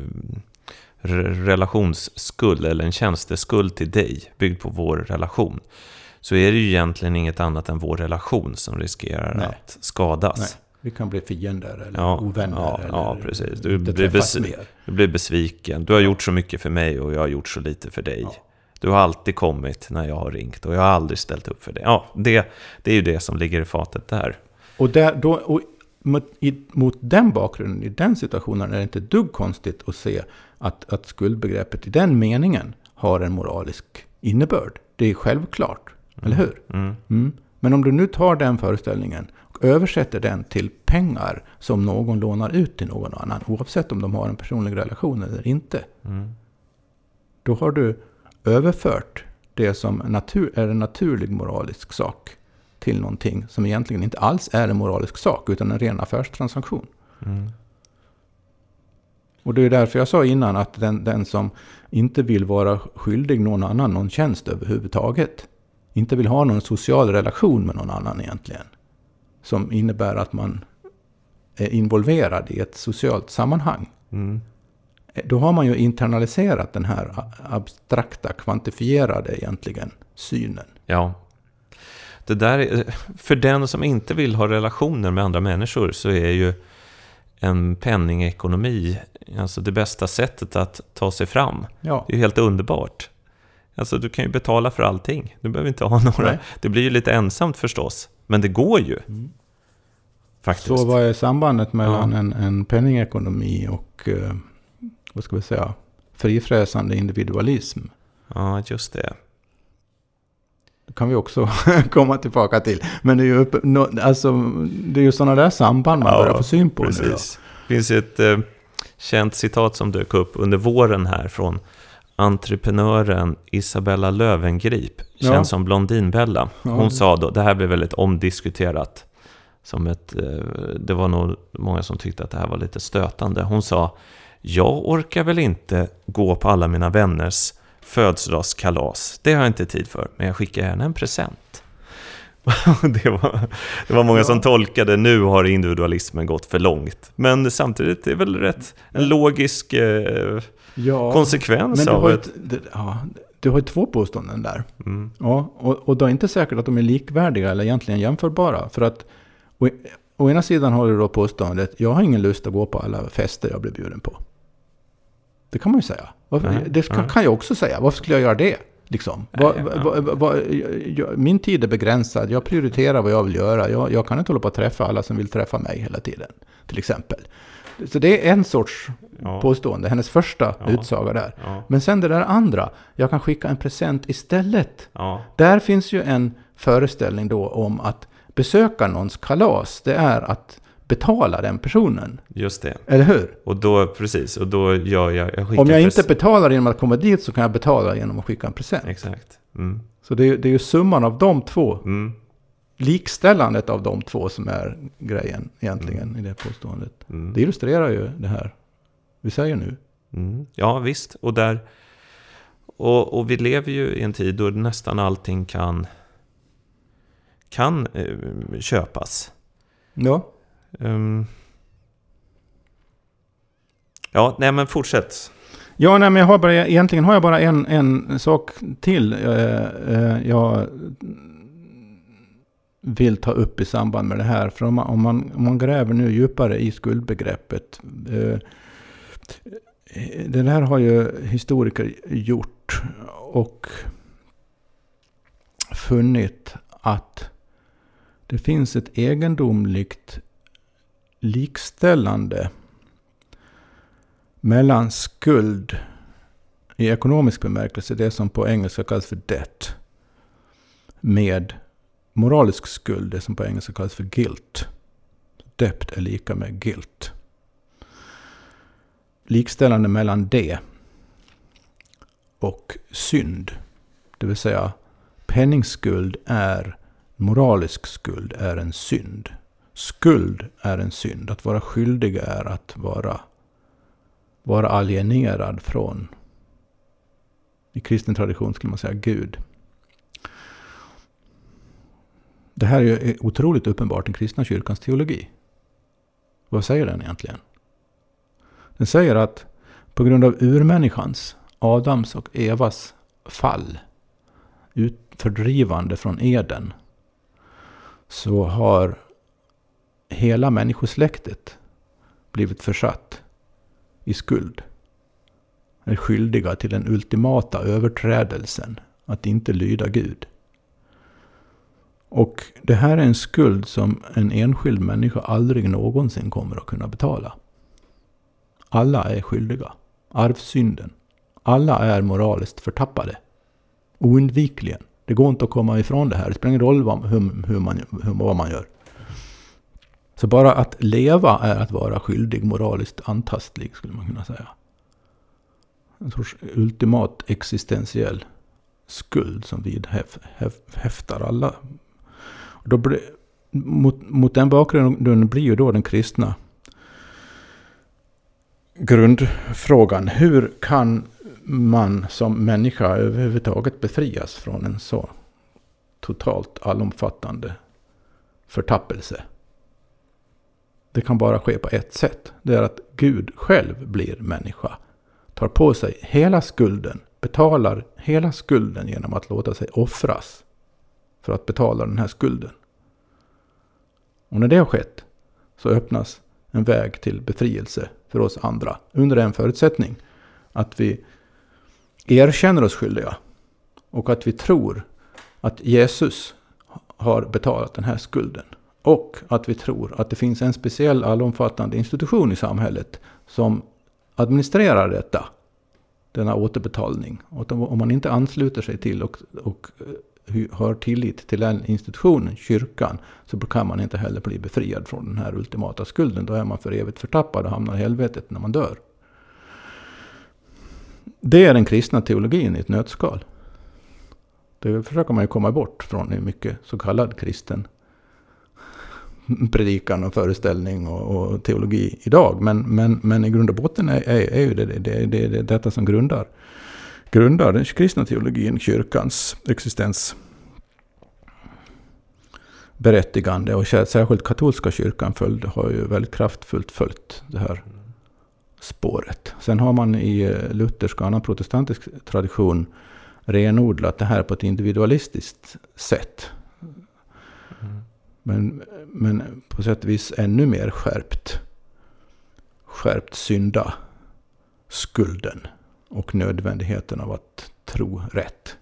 [SPEAKER 1] relationsskuld eller en tjänsteskuld till dig byggd på vår relation, så är det ju egentligen inget annat än vår relation som riskerar Nej. att skadas. Nej.
[SPEAKER 2] Vi kan bli fiender eller
[SPEAKER 1] ja,
[SPEAKER 2] ovänner.
[SPEAKER 1] Ja,
[SPEAKER 2] eller
[SPEAKER 1] ja precis. Du blir, bes- du blir besviken. Du har gjort så mycket för mig och jag har gjort så lite för dig. Ja. Du har alltid kommit när jag har ringt och jag har aldrig ställt upp för dig. Ja, det, det är ju det som ligger i fatet där.
[SPEAKER 2] Och, där, då, och mot, i, mot den bakgrunden, i den situationen är det inte dugg konstigt att se att, att skuldbegreppet i den meningen har en moralisk innebörd. Det är självklart, mm. eller hur?
[SPEAKER 1] Mm.
[SPEAKER 2] Mm. Men om du nu tar den föreställningen och översätter den till pengar som någon lånar ut till någon annan, oavsett om de har en personlig relation eller inte,
[SPEAKER 1] mm.
[SPEAKER 2] då har du överfört det som natur, är en naturlig moralisk sak till någonting som egentligen inte alls är en moralisk sak utan en ren affärstransaktion.
[SPEAKER 1] Mm.
[SPEAKER 2] Och det är därför jag sa innan att den, den som inte vill vara skyldig någon annan någon tjänst överhuvudtaget, inte vill ha någon social relation med någon annan egentligen, som innebär att man är involverad i ett socialt sammanhang.
[SPEAKER 1] Mm.
[SPEAKER 2] Då har man ju internaliserat den här abstrakta, kvantifierade egentligen synen.
[SPEAKER 1] Ja. Det där är, för den som inte vill ha relationer med andra människor så är ju en penningekonomi alltså det bästa sättet att ta sig fram.
[SPEAKER 2] Ja.
[SPEAKER 1] Det är ju helt underbart. Alltså du kan ju betala för allting. Du behöver inte ha några. Nej. Det blir ju lite ensamt förstås. Men det går ju. Mm. Faktiskt.
[SPEAKER 2] Så vad är sambandet mellan ja. en, en penningekonomi och eh, vad ska vi säga, frifräsande individualism?
[SPEAKER 1] Ja, just det.
[SPEAKER 2] Det kan vi också komma tillbaka till. Men det är ju, upp, no, alltså, det är ju sådana där samband man ja, börjar få syn på.
[SPEAKER 1] Precis. Det finns ett eh, känt citat som dök upp under våren här från entreprenören Isabella Löwengrip, känd ja. som Blondinbella. Hon ja. sa då, det här blev väldigt omdiskuterat. Som ett, eh, det var nog många som tyckte att det här var lite stötande. Hon sa, jag orkar väl inte gå på alla mina vänners födelsedagskalas. Det har jag inte tid för, men jag skickar gärna en present. det, var, det var många ja. som tolkade, nu har individualismen gått för långt. Men samtidigt är det väl rätt en logisk eh, ja, konsekvens
[SPEAKER 2] men du
[SPEAKER 1] av
[SPEAKER 2] har
[SPEAKER 1] ett...
[SPEAKER 2] ett, ja, du har ju två påståenden där.
[SPEAKER 1] Mm.
[SPEAKER 2] Ja, och, och det är inte säkert att de är likvärdiga eller egentligen jämförbara. För att å, å ena sidan har du då påståendet, jag har ingen lust att gå på alla fester jag blir bjuden på. Det kan man ju säga. Varför, nej, det kan, kan jag också säga. Varför skulle jag göra det? Liksom? Nej, va, va, va, va, jag, min tid är begränsad. Jag prioriterar vad jag vill göra. Jag, jag kan inte hålla på att träffa alla som vill träffa mig hela tiden. Till exempel. Så det är en sorts ja. påstående. Hennes första ja. utsaga där. Ja. Men sen det där andra. Jag kan skicka en present istället.
[SPEAKER 1] Ja.
[SPEAKER 2] Där finns ju en föreställning då om att besöka någons kalas. Det är att betala den personen.
[SPEAKER 1] Just det.
[SPEAKER 2] Eller hur?
[SPEAKER 1] Och då, precis, och då gör jag... jag
[SPEAKER 2] Om jag
[SPEAKER 1] pres-
[SPEAKER 2] inte betalar genom att komma dit så kan jag betala genom att skicka en present.
[SPEAKER 1] Exakt. Mm.
[SPEAKER 2] Så det är, det är ju summan av de två.
[SPEAKER 1] Mm.
[SPEAKER 2] Likställandet av de två som är grejen egentligen mm. i det påståendet. Mm. Det illustrerar ju det här vi säger nu.
[SPEAKER 1] Mm. Ja, visst. Och, där, och, och vi lever ju i en tid då nästan allting kan, kan eh, köpas.
[SPEAKER 2] Ja.
[SPEAKER 1] Um, ja, nej men fortsätt.
[SPEAKER 2] Ja, nej men jag har bara, egentligen har jag bara en, en sak till eh, eh, jag vill ta upp i samband med det här. För om man, om man, om man gräver nu djupare i skuldbegreppet, eh, det här har ju historiker gjort och funnit att det finns ett egendomligt likställande mellan skuld i ekonomisk bemärkelse, det som på engelska kallas för debt, med moralisk skuld, det som på engelska kallas för guilt. Debt är lika med guilt. Likställande mellan det och synd, det vill säga penningskuld är moralisk skuld är en synd. Skuld är en synd. Att vara skyldig är att vara vara alienerad från, i kristen tradition skulle man säga, Gud. Det här är otroligt uppenbart i kristna kyrkans teologi. Vad säger den egentligen? Den säger att på grund av urmänniskans, Adams och Evas fall, ut, fördrivande från Eden, så har hela människosläktet blivit försatt i skuld. Är skyldiga till den ultimata överträdelsen, att inte lyda Gud. Och det här är en skuld som en enskild människa aldrig någonsin kommer att kunna betala. Alla är skyldiga. Arvsynden. Alla är moraliskt förtappade. Oundvikligen. Det går inte att komma ifrån det här. Det spelar ingen roll vad, hur, hur man, hur, vad man gör. Så bara att leva är att vara skyldig, moraliskt antastlig, skulle man kunna säga. En sorts ultimat existentiell skuld som vidhäftar alla. Och då blir, mot, mot den bakgrunden blir ju då den kristna grundfrågan: hur kan man som människa överhuvudtaget befrias från en så totalt allomfattande förtappelse? Det kan bara ske på ett sätt. Det är att Gud själv blir människa. Tar på sig hela skulden. Betalar hela skulden genom att låta sig offras för att betala den här skulden. Och när det har skett så öppnas en väg till befrielse för oss andra. Under en förutsättning att vi erkänner oss skyldiga. Och att vi tror att Jesus har betalat den här skulden. Och att vi tror att det finns en speciell allomfattande institution i samhället som administrerar detta. Denna återbetalning. Och om man inte ansluter sig till och, och har tillit till den institutionen, kyrkan, så kan man inte heller bli befriad från den här ultimata skulden. Då är man för evigt förtappad och hamnar i helvetet när man dör. Det är den kristna teologin i ett nötskal. Det försöker man ju komma bort från i mycket så kallad kristen predikan och föreställning och, och teologi idag. Men, men, men i grund och botten är, är, är ju det, det, det, det, det detta som grundar, grundar den kristna teologin, kyrkans existens berättigande. Och särskilt katolska kyrkan följde, har ju väldigt kraftfullt följt det här spåret. Sen har man i luthersk och annan protestantisk tradition renodlat det här på ett individualistiskt sätt. Mm. Men, men på sätt och vis ännu mer skärpt, skärpt synda skulden och nödvändigheten av att tro rätt.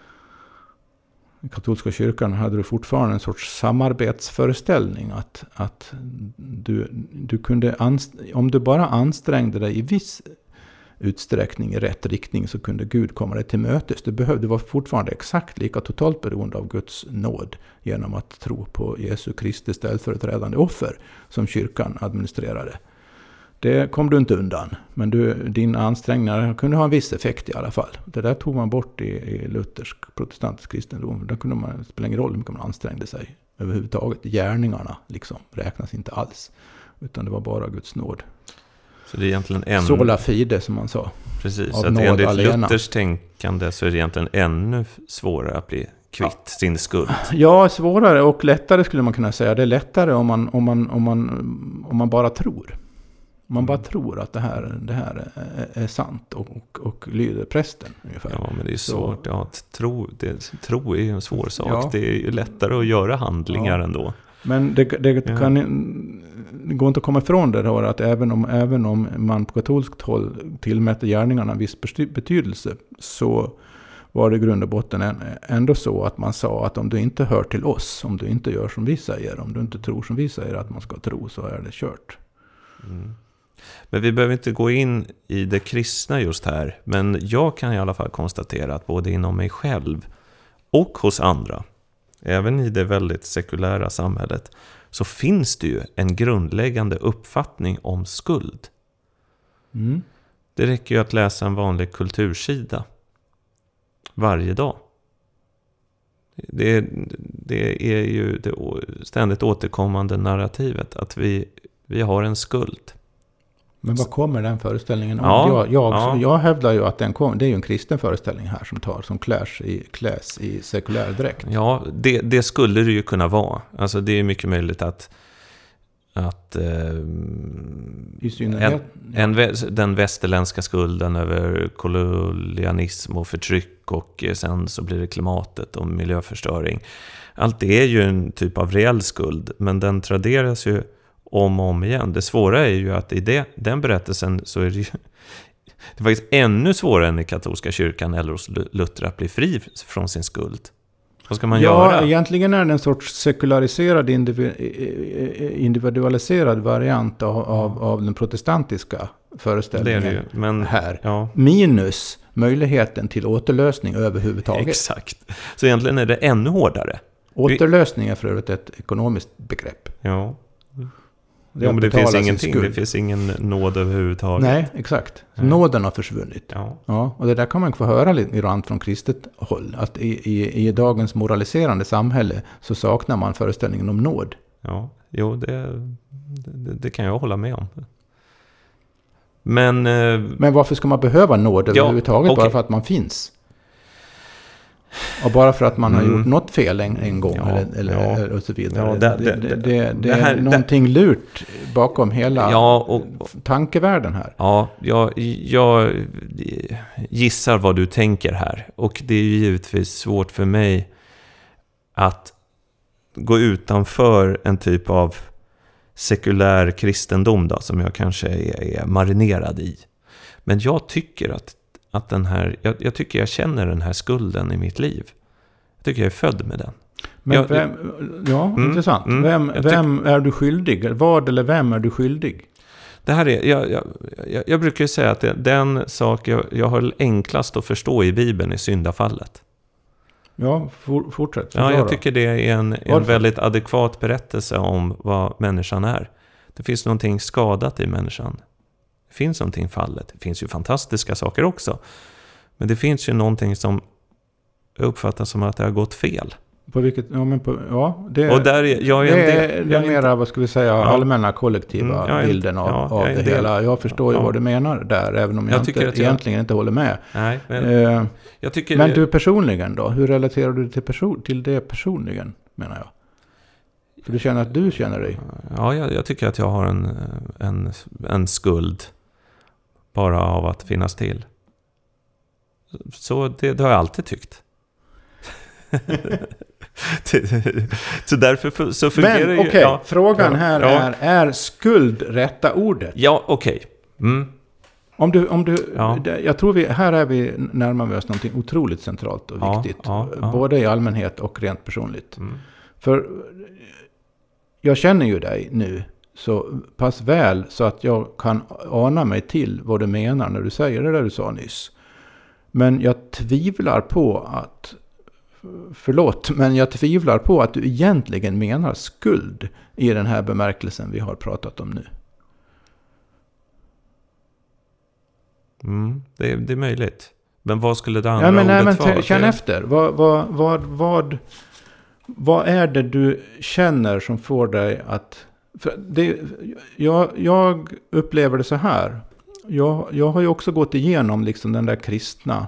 [SPEAKER 2] I katolska kyrkan hade du fortfarande en sorts samarbetsföreställning att, att du, du kunde anst- om du bara ansträngde dig i viss utsträckning i rätt riktning så kunde Gud komma dig till mötes. Du behövde vara fortfarande exakt lika totalt beroende av Guds nåd genom att tro på Jesu Kristi ställföreträdande offer som kyrkan administrerade. Det kom du inte undan, men du, dina ansträngningar kunde ha en viss effekt i alla fall. Det där tog man bort i, i luthersk protestantisk kristendom. Där kunde man, det spelar ingen roll hur mycket man ansträngde sig överhuvudtaget. Gärningarna liksom räknas inte alls, utan det var bara Guds nåd.
[SPEAKER 1] Så det är egentligen en...
[SPEAKER 2] Sola fide, som man sa.
[SPEAKER 1] Precis, så att enligt alena. Luthers tänkande så är det egentligen ännu svårare att bli kvitt ja. sin skuld.
[SPEAKER 2] Ja, svårare och lättare skulle man kunna säga. Det är lättare om man, om man, om man, om man bara tror. Om man bara mm. tror att det här, det här är, är sant och, och, och lyder prästen ungefär.
[SPEAKER 1] Ja, men det är svårt. Ja, tro, det, tro är ju en svår sak. Ja. Det är ju lättare att göra handlingar ja. ändå. Men det, det,
[SPEAKER 2] ja.
[SPEAKER 1] kan,
[SPEAKER 2] det går inte att komma ifrån det då, att även om, även om man på katolskt håll tillmäter gärningarna en viss betydelse, så var det i grund och botten ändå så att man sa att om du inte hör till oss, om du inte gör som vi säger, om du inte tror som vi säger att man ska tro, så är det kört.
[SPEAKER 1] Mm. Men vi behöver inte gå in i det kristna just här, men jag kan i alla fall konstatera att både inom mig själv och hos andra, även i det väldigt sekulära samhället, så finns det ju en grundläggande uppfattning om skuld.
[SPEAKER 2] Mm.
[SPEAKER 1] Det räcker ju att läsa en vanlig kultursida varje dag. Det, det är ju det ständigt återkommande narrativet att vi, vi har en skuld.
[SPEAKER 2] Men vad kommer den föreställningen om?
[SPEAKER 1] Ja,
[SPEAKER 2] jag, jag,
[SPEAKER 1] ja.
[SPEAKER 2] jag hävdar ju att den kom, det är ju en kristen föreställning här som tar som kläs i, kläs i sekulär dräkt.
[SPEAKER 1] Ja, det, det skulle det ju kunna vara. Alltså det är mycket möjligt att, att eh,
[SPEAKER 2] I synnerhet,
[SPEAKER 1] en, en, den västerländska skulden över kolonialism och förtryck och sen så blir det klimatet och miljöförstöring. Allt det är ju en typ av reell skuld, men den traderas ju om och om igen. Det svåra är ju att i det, den berättelsen så är det ju det är faktiskt ännu svårare än i katolska kyrkan eller hos Luther att bli fri från sin skuld. Vad ska man
[SPEAKER 2] ja,
[SPEAKER 1] göra?
[SPEAKER 2] egentligen är det en sorts sekulariserad, individualiserad variant av, av, av den protestantiska föreställningen.
[SPEAKER 1] Det är det ju, men,
[SPEAKER 2] här.
[SPEAKER 1] Ja.
[SPEAKER 2] Minus möjligheten till återlösning överhuvudtaget.
[SPEAKER 1] Exakt. Så egentligen är det ännu hårdare.
[SPEAKER 2] Återlösning är för övrigt ett ekonomiskt begrepp.
[SPEAKER 1] Ja.
[SPEAKER 2] Det,
[SPEAKER 1] ja, men det finns ingenting.
[SPEAKER 2] skuld.
[SPEAKER 1] Det finns ingen nåd överhuvudtaget.
[SPEAKER 2] Nej, exakt.
[SPEAKER 1] Nej.
[SPEAKER 2] Nåden har försvunnit.
[SPEAKER 1] Ja.
[SPEAKER 2] Ja, och det där kan man få höra lite ibland från kristet håll. Att i, i, i dagens moraliserande samhälle så saknar man föreställningen om nåd.
[SPEAKER 1] Ja, jo, det, det, det kan jag hålla med om. Men, eh,
[SPEAKER 2] Men varför ska man behöva nåd
[SPEAKER 1] ja,
[SPEAKER 2] överhuvudtaget
[SPEAKER 1] okay.
[SPEAKER 2] bara för att man finns? Och bara för att man har
[SPEAKER 1] Mm.
[SPEAKER 2] gjort något fel en, en gång
[SPEAKER 1] Ja,
[SPEAKER 2] eller, eller,
[SPEAKER 1] ja.
[SPEAKER 2] eller och så vidare.
[SPEAKER 1] Ja,
[SPEAKER 2] det,
[SPEAKER 1] det-
[SPEAKER 2] det,
[SPEAKER 1] det-
[SPEAKER 2] det, det,
[SPEAKER 1] det här-
[SPEAKER 2] är
[SPEAKER 1] det-
[SPEAKER 2] någonting lurt bakom hela
[SPEAKER 1] ja, och,
[SPEAKER 2] tankevärlden här.
[SPEAKER 1] ja, jag, jag gissar vad du tänker här. Och det är ju givetvis svårt för mig att gå utanför en typ av sekulär kristendom då, som jag kanske är, är marinerad i. Men jag tycker att, att den här, jag, jag tycker jag känner den här skulden i mitt liv. Jag tycker jag är född med den.
[SPEAKER 2] Men
[SPEAKER 1] Ja,
[SPEAKER 2] vem, ja,
[SPEAKER 1] Mm,
[SPEAKER 2] intressant.
[SPEAKER 1] mm,
[SPEAKER 2] vem
[SPEAKER 1] jag tyck-
[SPEAKER 2] vem är du skyldig? Vad eller vem är du skyldig?
[SPEAKER 1] Det här är, jag, jag, jag, jag brukar ju säga att det, den sak jag, jag har enklast att förstå i Bibeln är syndafallet.
[SPEAKER 2] Ja, for, fortsätt.
[SPEAKER 1] Ja,
[SPEAKER 2] förklara.
[SPEAKER 1] jag tycker det är en, en
[SPEAKER 2] Varför?
[SPEAKER 1] väldigt adekvat berättelse om vad människan är. Det finns någonting skadat i människan. Det finns någonting fallet. Det finns ju fantastiska saker också. Men det finns ju någonting som uppfattas som att det har gått fel.
[SPEAKER 2] På vilket, ja, men på, ja, det,
[SPEAKER 1] Och där är, jag är
[SPEAKER 2] det
[SPEAKER 1] en
[SPEAKER 2] är
[SPEAKER 1] del,
[SPEAKER 2] den
[SPEAKER 1] jag är
[SPEAKER 2] mera, vad ska vi säga,
[SPEAKER 1] Ja.
[SPEAKER 2] allmänna kollektiva
[SPEAKER 1] Mm, jag är-
[SPEAKER 2] bilden av,
[SPEAKER 1] ja,
[SPEAKER 2] av
[SPEAKER 1] jag är
[SPEAKER 2] det
[SPEAKER 1] en del.
[SPEAKER 2] hela. Jag förstår ju
[SPEAKER 1] Ja.
[SPEAKER 2] vad du menar där, även om jag,
[SPEAKER 1] Jag
[SPEAKER 2] inte,
[SPEAKER 1] tycker att jag-
[SPEAKER 2] egentligen inte håller med.
[SPEAKER 1] Nej, men
[SPEAKER 2] Eh,
[SPEAKER 1] jag tycker...
[SPEAKER 2] men
[SPEAKER 1] det-
[SPEAKER 2] du personligen då? Hur relaterar du till, person, till det personligen, menar jag? För du känner att du känner dig.
[SPEAKER 1] Ja, jag, jag tycker att jag har en, en, en skuld bara av att finnas till. Så det, det har jag alltid tyckt. Så därför så fungerar
[SPEAKER 2] Men
[SPEAKER 1] ju...
[SPEAKER 2] okej,
[SPEAKER 1] ja,
[SPEAKER 2] frågan
[SPEAKER 1] ja,
[SPEAKER 2] här
[SPEAKER 1] ja.
[SPEAKER 2] är, är skuld rätta ordet?
[SPEAKER 1] Ja, okej. Mm.
[SPEAKER 2] Om du, om du,
[SPEAKER 1] Ja.
[SPEAKER 2] det- jag tror vi, här är vi närmar vi oss någonting otroligt centralt och
[SPEAKER 1] Ja,
[SPEAKER 2] viktigt.
[SPEAKER 1] ja, ja.
[SPEAKER 2] Både i allmänhet och rent personligt.
[SPEAKER 1] Mm.
[SPEAKER 2] För jag känner ju dig nu så pass väl så att jag kan ana mig till vad du menar när du säger det där du sa nyss. Men jag tvivlar på att, förlåt, men jag tvivlar på att du egentligen menar skuld i den här bemärkelsen vi har pratat om nu.
[SPEAKER 1] Mm. Det, är- det är möjligt. Men vad skulle det andra
[SPEAKER 2] Ja, men, nej,
[SPEAKER 1] ordet
[SPEAKER 2] men
[SPEAKER 1] vara?
[SPEAKER 2] t- känn
[SPEAKER 1] Det-
[SPEAKER 2] efter. Vad, vad, vad, vad, vad är det du känner som får dig att... För det, jag, jag upplever det så här. Jag, jag har ju också gått igenom liksom den där kristna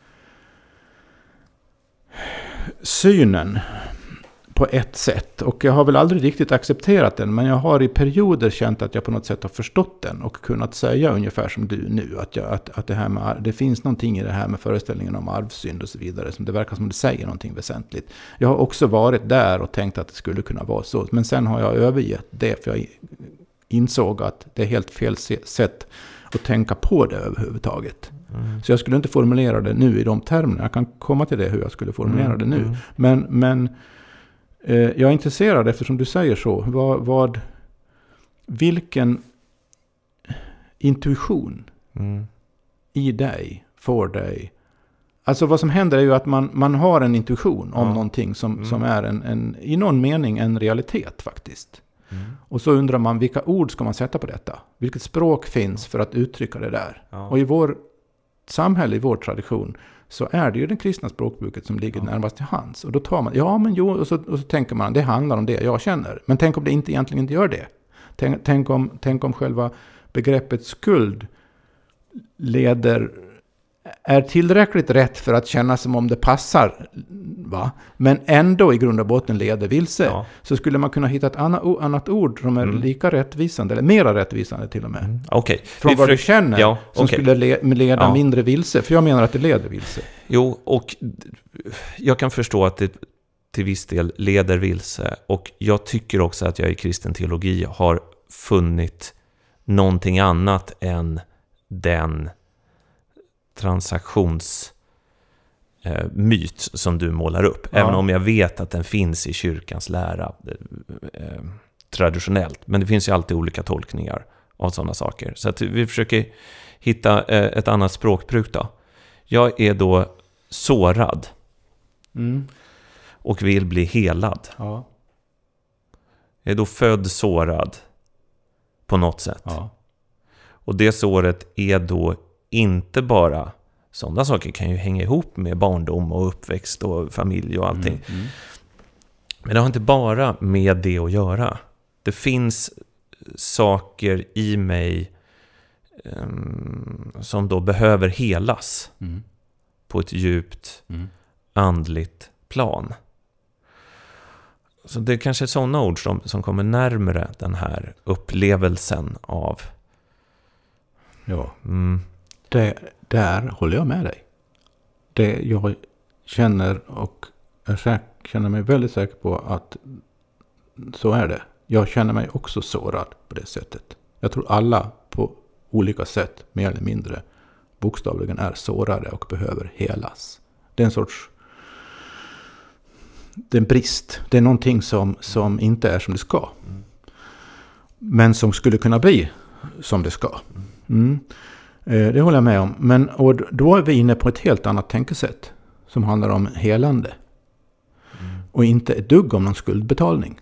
[SPEAKER 2] synen på ett sätt. Och jag har väl aldrig riktigt accepterat den. Men jag har i perioder känt att jag på något sätt har förstått den. Och kunnat säga ungefär som du nu. Att, jag, att, att det, här med, det finns någonting i det här med föreställningen om arvsynd och så vidare. Som det verkar som det säger någonting väsentligt. Jag har också varit där och tänkt att det skulle kunna vara så. Men sen har jag övergett det. För jag insåg att det är helt fel sätt att tänka på det överhuvudtaget.
[SPEAKER 1] Mm.
[SPEAKER 2] Så jag skulle inte formulera det nu i de termerna. Jag kan komma till det hur jag skulle formulera
[SPEAKER 1] Mm,
[SPEAKER 2] det nu.
[SPEAKER 1] mm.
[SPEAKER 2] Men, men eh, jag är intresserad eftersom du säger så. Vad, vad, vilken intuition
[SPEAKER 1] Mm.
[SPEAKER 2] i dig får dig... Alltså vad som händer är ju att man, man har en intuition om
[SPEAKER 1] Ja.
[SPEAKER 2] någonting som,
[SPEAKER 1] Mm.
[SPEAKER 2] som är en, en, i någon mening en realitet faktiskt.
[SPEAKER 1] Mm.
[SPEAKER 2] Och så undrar man vilka ord ska man sätta på detta? Vilket språk finns för att uttrycka det där?
[SPEAKER 1] Ja.
[SPEAKER 2] Och i vår samhälle, i vår tradition, så är det ju det kristna språkbruket som ligger
[SPEAKER 1] Ja.
[SPEAKER 2] närmast till hands. Och då tar man, ja men jo, och så, och så tänker man, det handlar om det jag känner. Men tänk om det inte egentligen inte gör det. Tänk, tänk, om, tänk om själva begreppet skuld leder, är tillräckligt rätt för att känna som om det passar, va? Men ändå i grund och botten leder vilse, ja. Så skulle man kunna hitta ett annat, annat ord som är mm. lika rättvisande, eller mera rättvisande till och med.
[SPEAKER 1] Mm. Okay.
[SPEAKER 2] Från vi vad försöker... du känner, ja, som okay. skulle le- leda ja. mindre vilse. För jag menar att det leder vilse.
[SPEAKER 1] Jo, och jag kan förstå att det till viss del leder vilse. Och jag tycker också att jag i kristen teologi har funnit någonting annat än den transaktionsmyt eh, som du målar upp. Ja. Även om jag vet att den finns i kyrkans lära eh, traditionellt. Men det finns ju alltid olika tolkningar av sådana saker. Så att vi försöker hitta eh, ett annat språkbruk då. Jag är då sårad. Mm. Och vill bli helad.
[SPEAKER 2] Ja.
[SPEAKER 1] Jag är då född sårad på något sätt.
[SPEAKER 2] Ja.
[SPEAKER 1] Och det såret är då inte bara, sådana saker kan ju hänga ihop med barndom och uppväxt och familj och allting. Mm, mm. Men det har inte bara med det att göra. Det finns saker i mig um, som då behöver helas mm. på ett djupt mm. andligt plan. Så det är kanske sådana ord som, som kommer närmare den här upplevelsen av...
[SPEAKER 2] Ja,
[SPEAKER 1] mm.
[SPEAKER 2] det, där håller jag med dig. Det jag känner och jag känner mig väldigt säker på att så är det. Jag känner mig också sårad på det sättet. Jag tror alla på olika sätt, mer eller mindre, bokstavligen är sårade och behöver helas. Det är en sorts... Det är en brist. Det är någonting som, som inte är som det ska. Mm. Men som skulle kunna bli som det ska. Mm. Eh, det håller jag med om. Men och då är vi inne på ett helt annat tänkesätt. Som handlar om helande. Mm. Och inte ett dugg om någon skuldbetalning.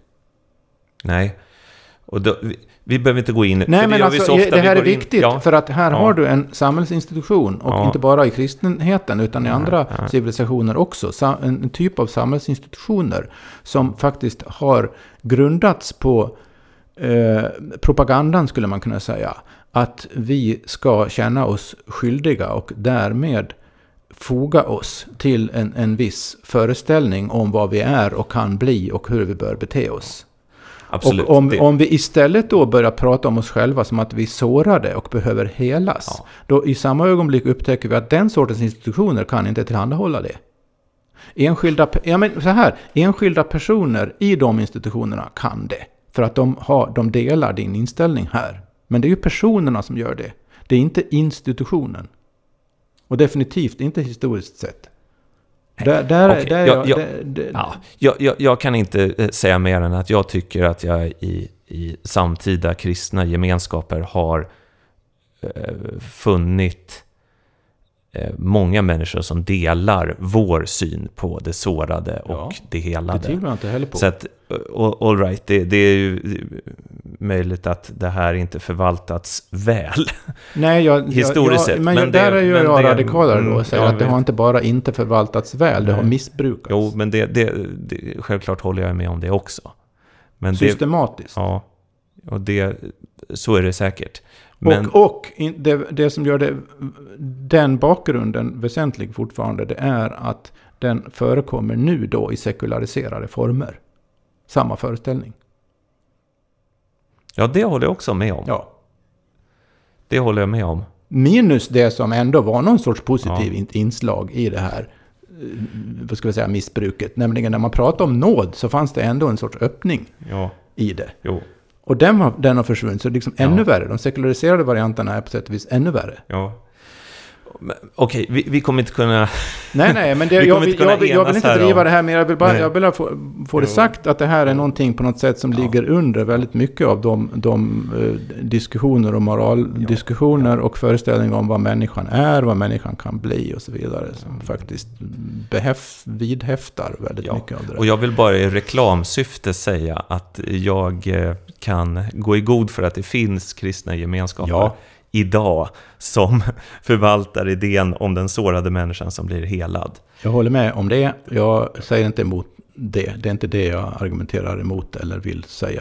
[SPEAKER 1] Nej. Och då, vi, vi behöver inte gå in...
[SPEAKER 2] Nej, men
[SPEAKER 1] det,
[SPEAKER 2] alltså, det här är viktigt.
[SPEAKER 1] Ja.
[SPEAKER 2] För att här ja. har du en samhällsinstitution. Och
[SPEAKER 1] ja.
[SPEAKER 2] inte bara i kristenheten utan i
[SPEAKER 1] ja.
[SPEAKER 2] andra
[SPEAKER 1] ja.
[SPEAKER 2] civilisationer också. En, en typ av samhällsinstitutioner som faktiskt har grundats på eh, propagandan, skulle man kunna säga. Att vi ska känna oss skyldiga och därmed foga oss till en, en viss föreställning om vad vi är och kan bli och hur vi bör bete oss.
[SPEAKER 1] Absolut.
[SPEAKER 2] Och om, om vi istället då börjar prata om oss själva som att vi är sårade och behöver helas, ja. då i samma ögonblick upptäcker vi att den sortens institutioner kan inte tillhandahålla det. Enskilda, ja men så här, enskilda personer i de institutionerna kan det. För att de, har, de delar din inställning här. Men det är ju personerna som gör det. Det är inte institutionen. Och definitivt inte historiskt sett. Där, där, okay. där
[SPEAKER 1] jag, jag,
[SPEAKER 2] där, där,
[SPEAKER 1] ja, jag, jag, jag kan inte säga mer än att jag tycker att jag i, i samtida kristna gemenskaper har eh, funnit eh, många människor som delar vår syn på det sårade och ja, det helade.
[SPEAKER 2] Det tvivlar jag inte heller på.
[SPEAKER 1] Så att, all right, det, det är ju möjligt att det här inte förvaltats väl.
[SPEAKER 2] Nej, jag,
[SPEAKER 1] historiskt
[SPEAKER 2] jag,
[SPEAKER 1] sett.
[SPEAKER 2] Men, men där det, är ju
[SPEAKER 1] men
[SPEAKER 2] jag
[SPEAKER 1] det,
[SPEAKER 2] radikalare då och säger
[SPEAKER 1] ja,
[SPEAKER 2] att det har inte bara inte förvaltats väl, nej. det har missbrukats.
[SPEAKER 1] Jo, men det, det, det, självklart håller jag med om det också. Men
[SPEAKER 2] systematiskt.
[SPEAKER 1] Det, ja, och det, så är det säkert.
[SPEAKER 2] Men, och och det, det som gör det, den bakgrunden väsentlig fortfarande, det är att den förekommer nu då i sekulariserade former. Samma föreställning.
[SPEAKER 1] Ja, det håller jag också med om.
[SPEAKER 2] Ja.
[SPEAKER 1] Det håller jag med om.
[SPEAKER 2] Minus det som ändå var någon sorts positiv ja. inslag i det här, vad ska vi säga, missbruket. Nämligen när man pratar om nåd så fanns det ändå en sorts öppning
[SPEAKER 1] ja.
[SPEAKER 2] i det.
[SPEAKER 1] Jo.
[SPEAKER 2] Och den har, den har försvunnit, så det är liksom ännu ja. värre. De sekulariserade varianterna är på sätt och vis ännu värre.
[SPEAKER 1] Ja. Okej, vi, vi kommer inte kunna...
[SPEAKER 2] Nej, nej, men det, jag, vill, jag, vill, jag vill inte driva det här mer. Jag vill bara, jag vill få, få det sagt att det här är någonting på något sätt som ja. ligger under väldigt mycket av de, de uh, diskussioner och moraldiskussioner ja. och föreställningar om vad människan är, vad människan kan bli och så vidare. Som faktiskt behäf, vidhäftar väldigt ja. mycket av det där.
[SPEAKER 1] Och jag vill bara i reklamsyfte säga att jag kan gå i god för att det finns kristna gemenskaper ja. idag som förvaltar idén om den sårade människan som blir helad.
[SPEAKER 2] Jag håller med om det. Jag säger inte emot det. Det är inte det jag argumenterar emot eller vill säga.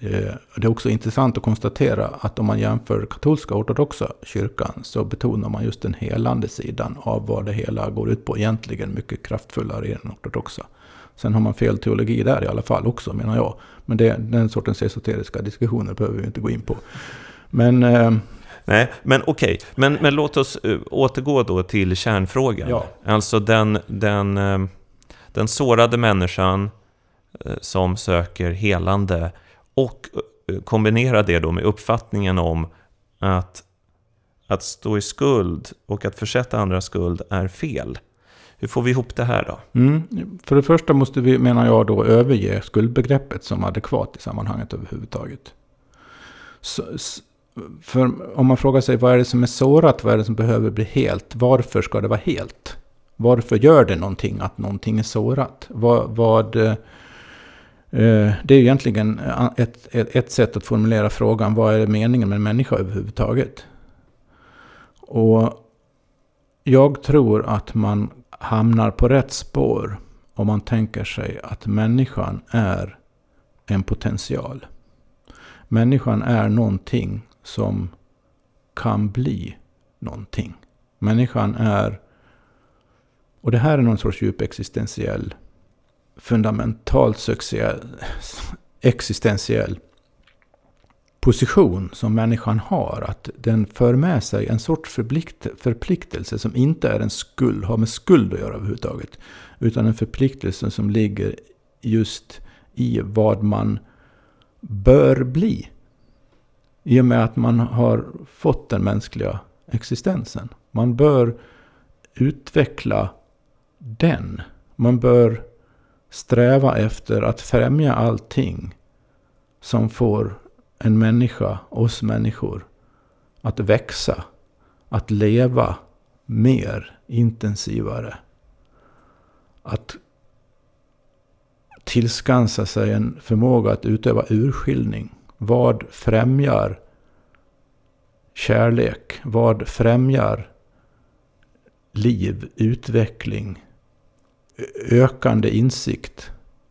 [SPEAKER 2] Det är också intressant att konstatera att om man jämför katolska och ortodoxa kyrkan så betonar man just den helande sidan av vad det hela går ut på egentligen mycket kraftfullare i den ortodoxa. Sen har man fel teologi där i alla fall också, menar jag. Men det, den sortens esoteriska diskussioner behöver vi inte gå in på. Men... Eh,
[SPEAKER 1] Nej, men okej. Okay. Men, men låt oss uh, återgå då till kärnfrågan.
[SPEAKER 2] Ja.
[SPEAKER 1] Alltså den, den, uh, den sårade människan uh, som söker helande och uh, kombinera det då med uppfattningen om att, att stå i skuld och att försätta andra skuld är fel. Hur får vi ihop det här då?
[SPEAKER 2] Mm. För det första måste vi, menar jag, då överge skuldbegreppet som adekvat i sammanhanget överhuvudtaget. Så, för om man frågar sig vad är det som är sårat, vad är det som behöver bli helt, varför ska det vara helt? Varför gör det någonting att någonting är sårat? Vad, vad, eh, det är egentligen ett, ett, ett sätt att formulera frågan, vad är meningen med en människa överhuvudtaget? Och jag tror att man hamnar på rätt spår om man tänker sig att människan är en potential. Människan är någonting som kan bli någonting. Människan är, och det här är någon sorts djup existentiell, fundamentalt existentiell position som människan har, att den för med sig en sorts förpliktelse som inte är en skuld, har med skuld att göra överhuvudtaget, utan en förpliktelse som ligger just i vad man bör bli i och med att man har fått den mänskliga existensen. Man bör utveckla den. Man bör sträva efter att främja allting som får en människa, oss människor, att växa, att leva mer, intensivare, att tillskansa sig en förmåga att utöva urskiljning. Vad främjar kärlek? Vad främjar liv, utveckling, ökande insikt?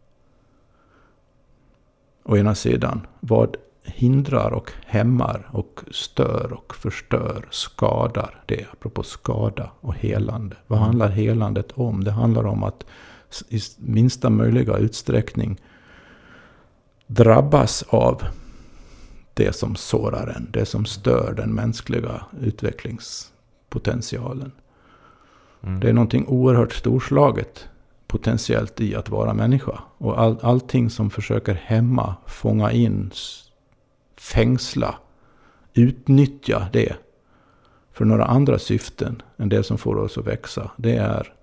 [SPEAKER 2] Å ena sidan, vad hindrar och hämmar och stör och förstör, skadar det, apropå skada och helande. Vad handlar helandet om? Det handlar om att i minsta möjliga utsträckning drabbas av det som sårar en, det som stör den mänskliga utvecklingspotentialen. Mm. Det är någonting oerhört storslaget potentiellt i att vara människa. Och all, allting som försöker hämma, fånga in, fängsla, utnyttja det för några andra syften än det som får oss att växa, det är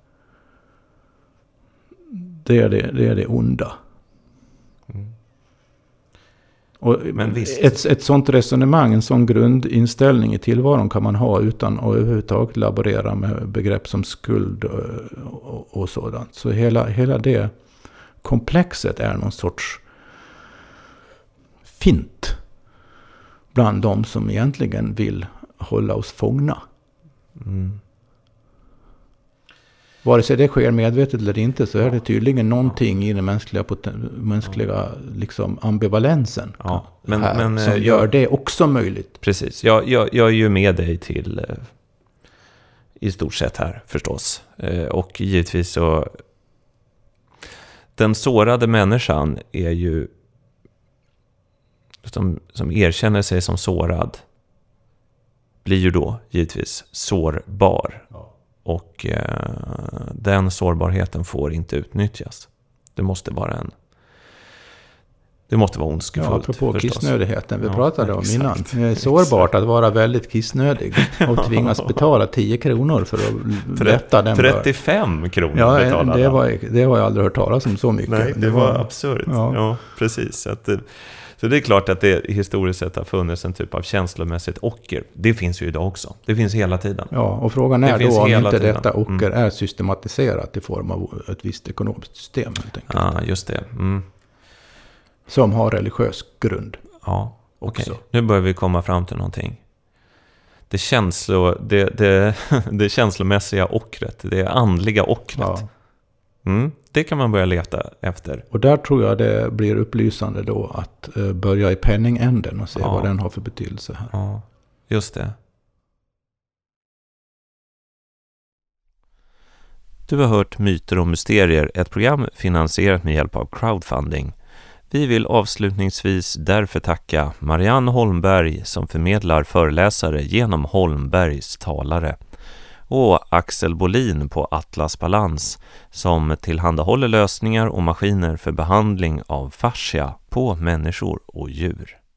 [SPEAKER 2] det, är det, det, är det onda. Mm. Och Men visst. Ett, ett sånt resonemang, en sån grundinställning i tillvaron kan man ha utan att överhuvudtaget laborera med begrepp som skuld och, och, och sådant. Så hela, hela det komplexet är någon sorts fint bland de som egentligen vill hålla oss fångna. Mm. Vare sig det sker medvetet eller inte så är det tydligen någonting i den mänskliga, mänskliga liksom ambivalensen ja, men, här, men, som jag, gör det också möjligt.
[SPEAKER 1] Precis, jag, jag, jag är ju med dig till eh, i stort sett här förstås. Eh, och givetvis så den sårade människan är ju som, som erkänner sig som sårad blir ju då givetvis sårbar. Ja. Och eh, den sårbarheten får inte utnyttjas. Det måste vara en det måste vara ondskefullt.
[SPEAKER 2] Ja, apropå förstås. Kissnödigheten vi ja, pratade om exakt, innan. Det är sårbart att vara väldigt kissnödig och tvingas betala tio kronor för att lätta den.
[SPEAKER 1] trettiofem kronor
[SPEAKER 2] ja,
[SPEAKER 1] betalade
[SPEAKER 2] det var, det har jag aldrig hört talas om så mycket.
[SPEAKER 1] Nej, det, det var, var absurt. Ja, ja precis. Så, att det, så det är klart att det historiskt sett har funnits en typ av känslomässigt ocker. Det finns ju idag också. Det finns hela tiden.
[SPEAKER 2] Ja, och frågan är då om inte tiden. Detta ocker mm. är systematiserat i form av ett visst ekonomiskt system. Ja,
[SPEAKER 1] ah, just det. Mm.
[SPEAKER 2] Som har religiös grund.
[SPEAKER 1] Ja, okej. Okay. Nu börjar vi komma fram till någonting. Det, känslo, det, det, det känslomässiga ockret, det andliga ockret. Ja. Mm, det kan man börja leta efter.
[SPEAKER 2] Och där tror jag det blir upplysande då att uh, börja i penningänden och se ja. vad den har för betydelse här.
[SPEAKER 1] Ja, just det. Du har hört Myter och mysterier, ett program finansierat med hjälp av crowdfunding. Vi vill avslutningsvis därför tacka Marianne Holmberg som förmedlar föreläsare genom Holmbergs talare och Axel Bolin på Atlas Balans som tillhandahåller lösningar och maskiner för behandling av fascia på människor och djur.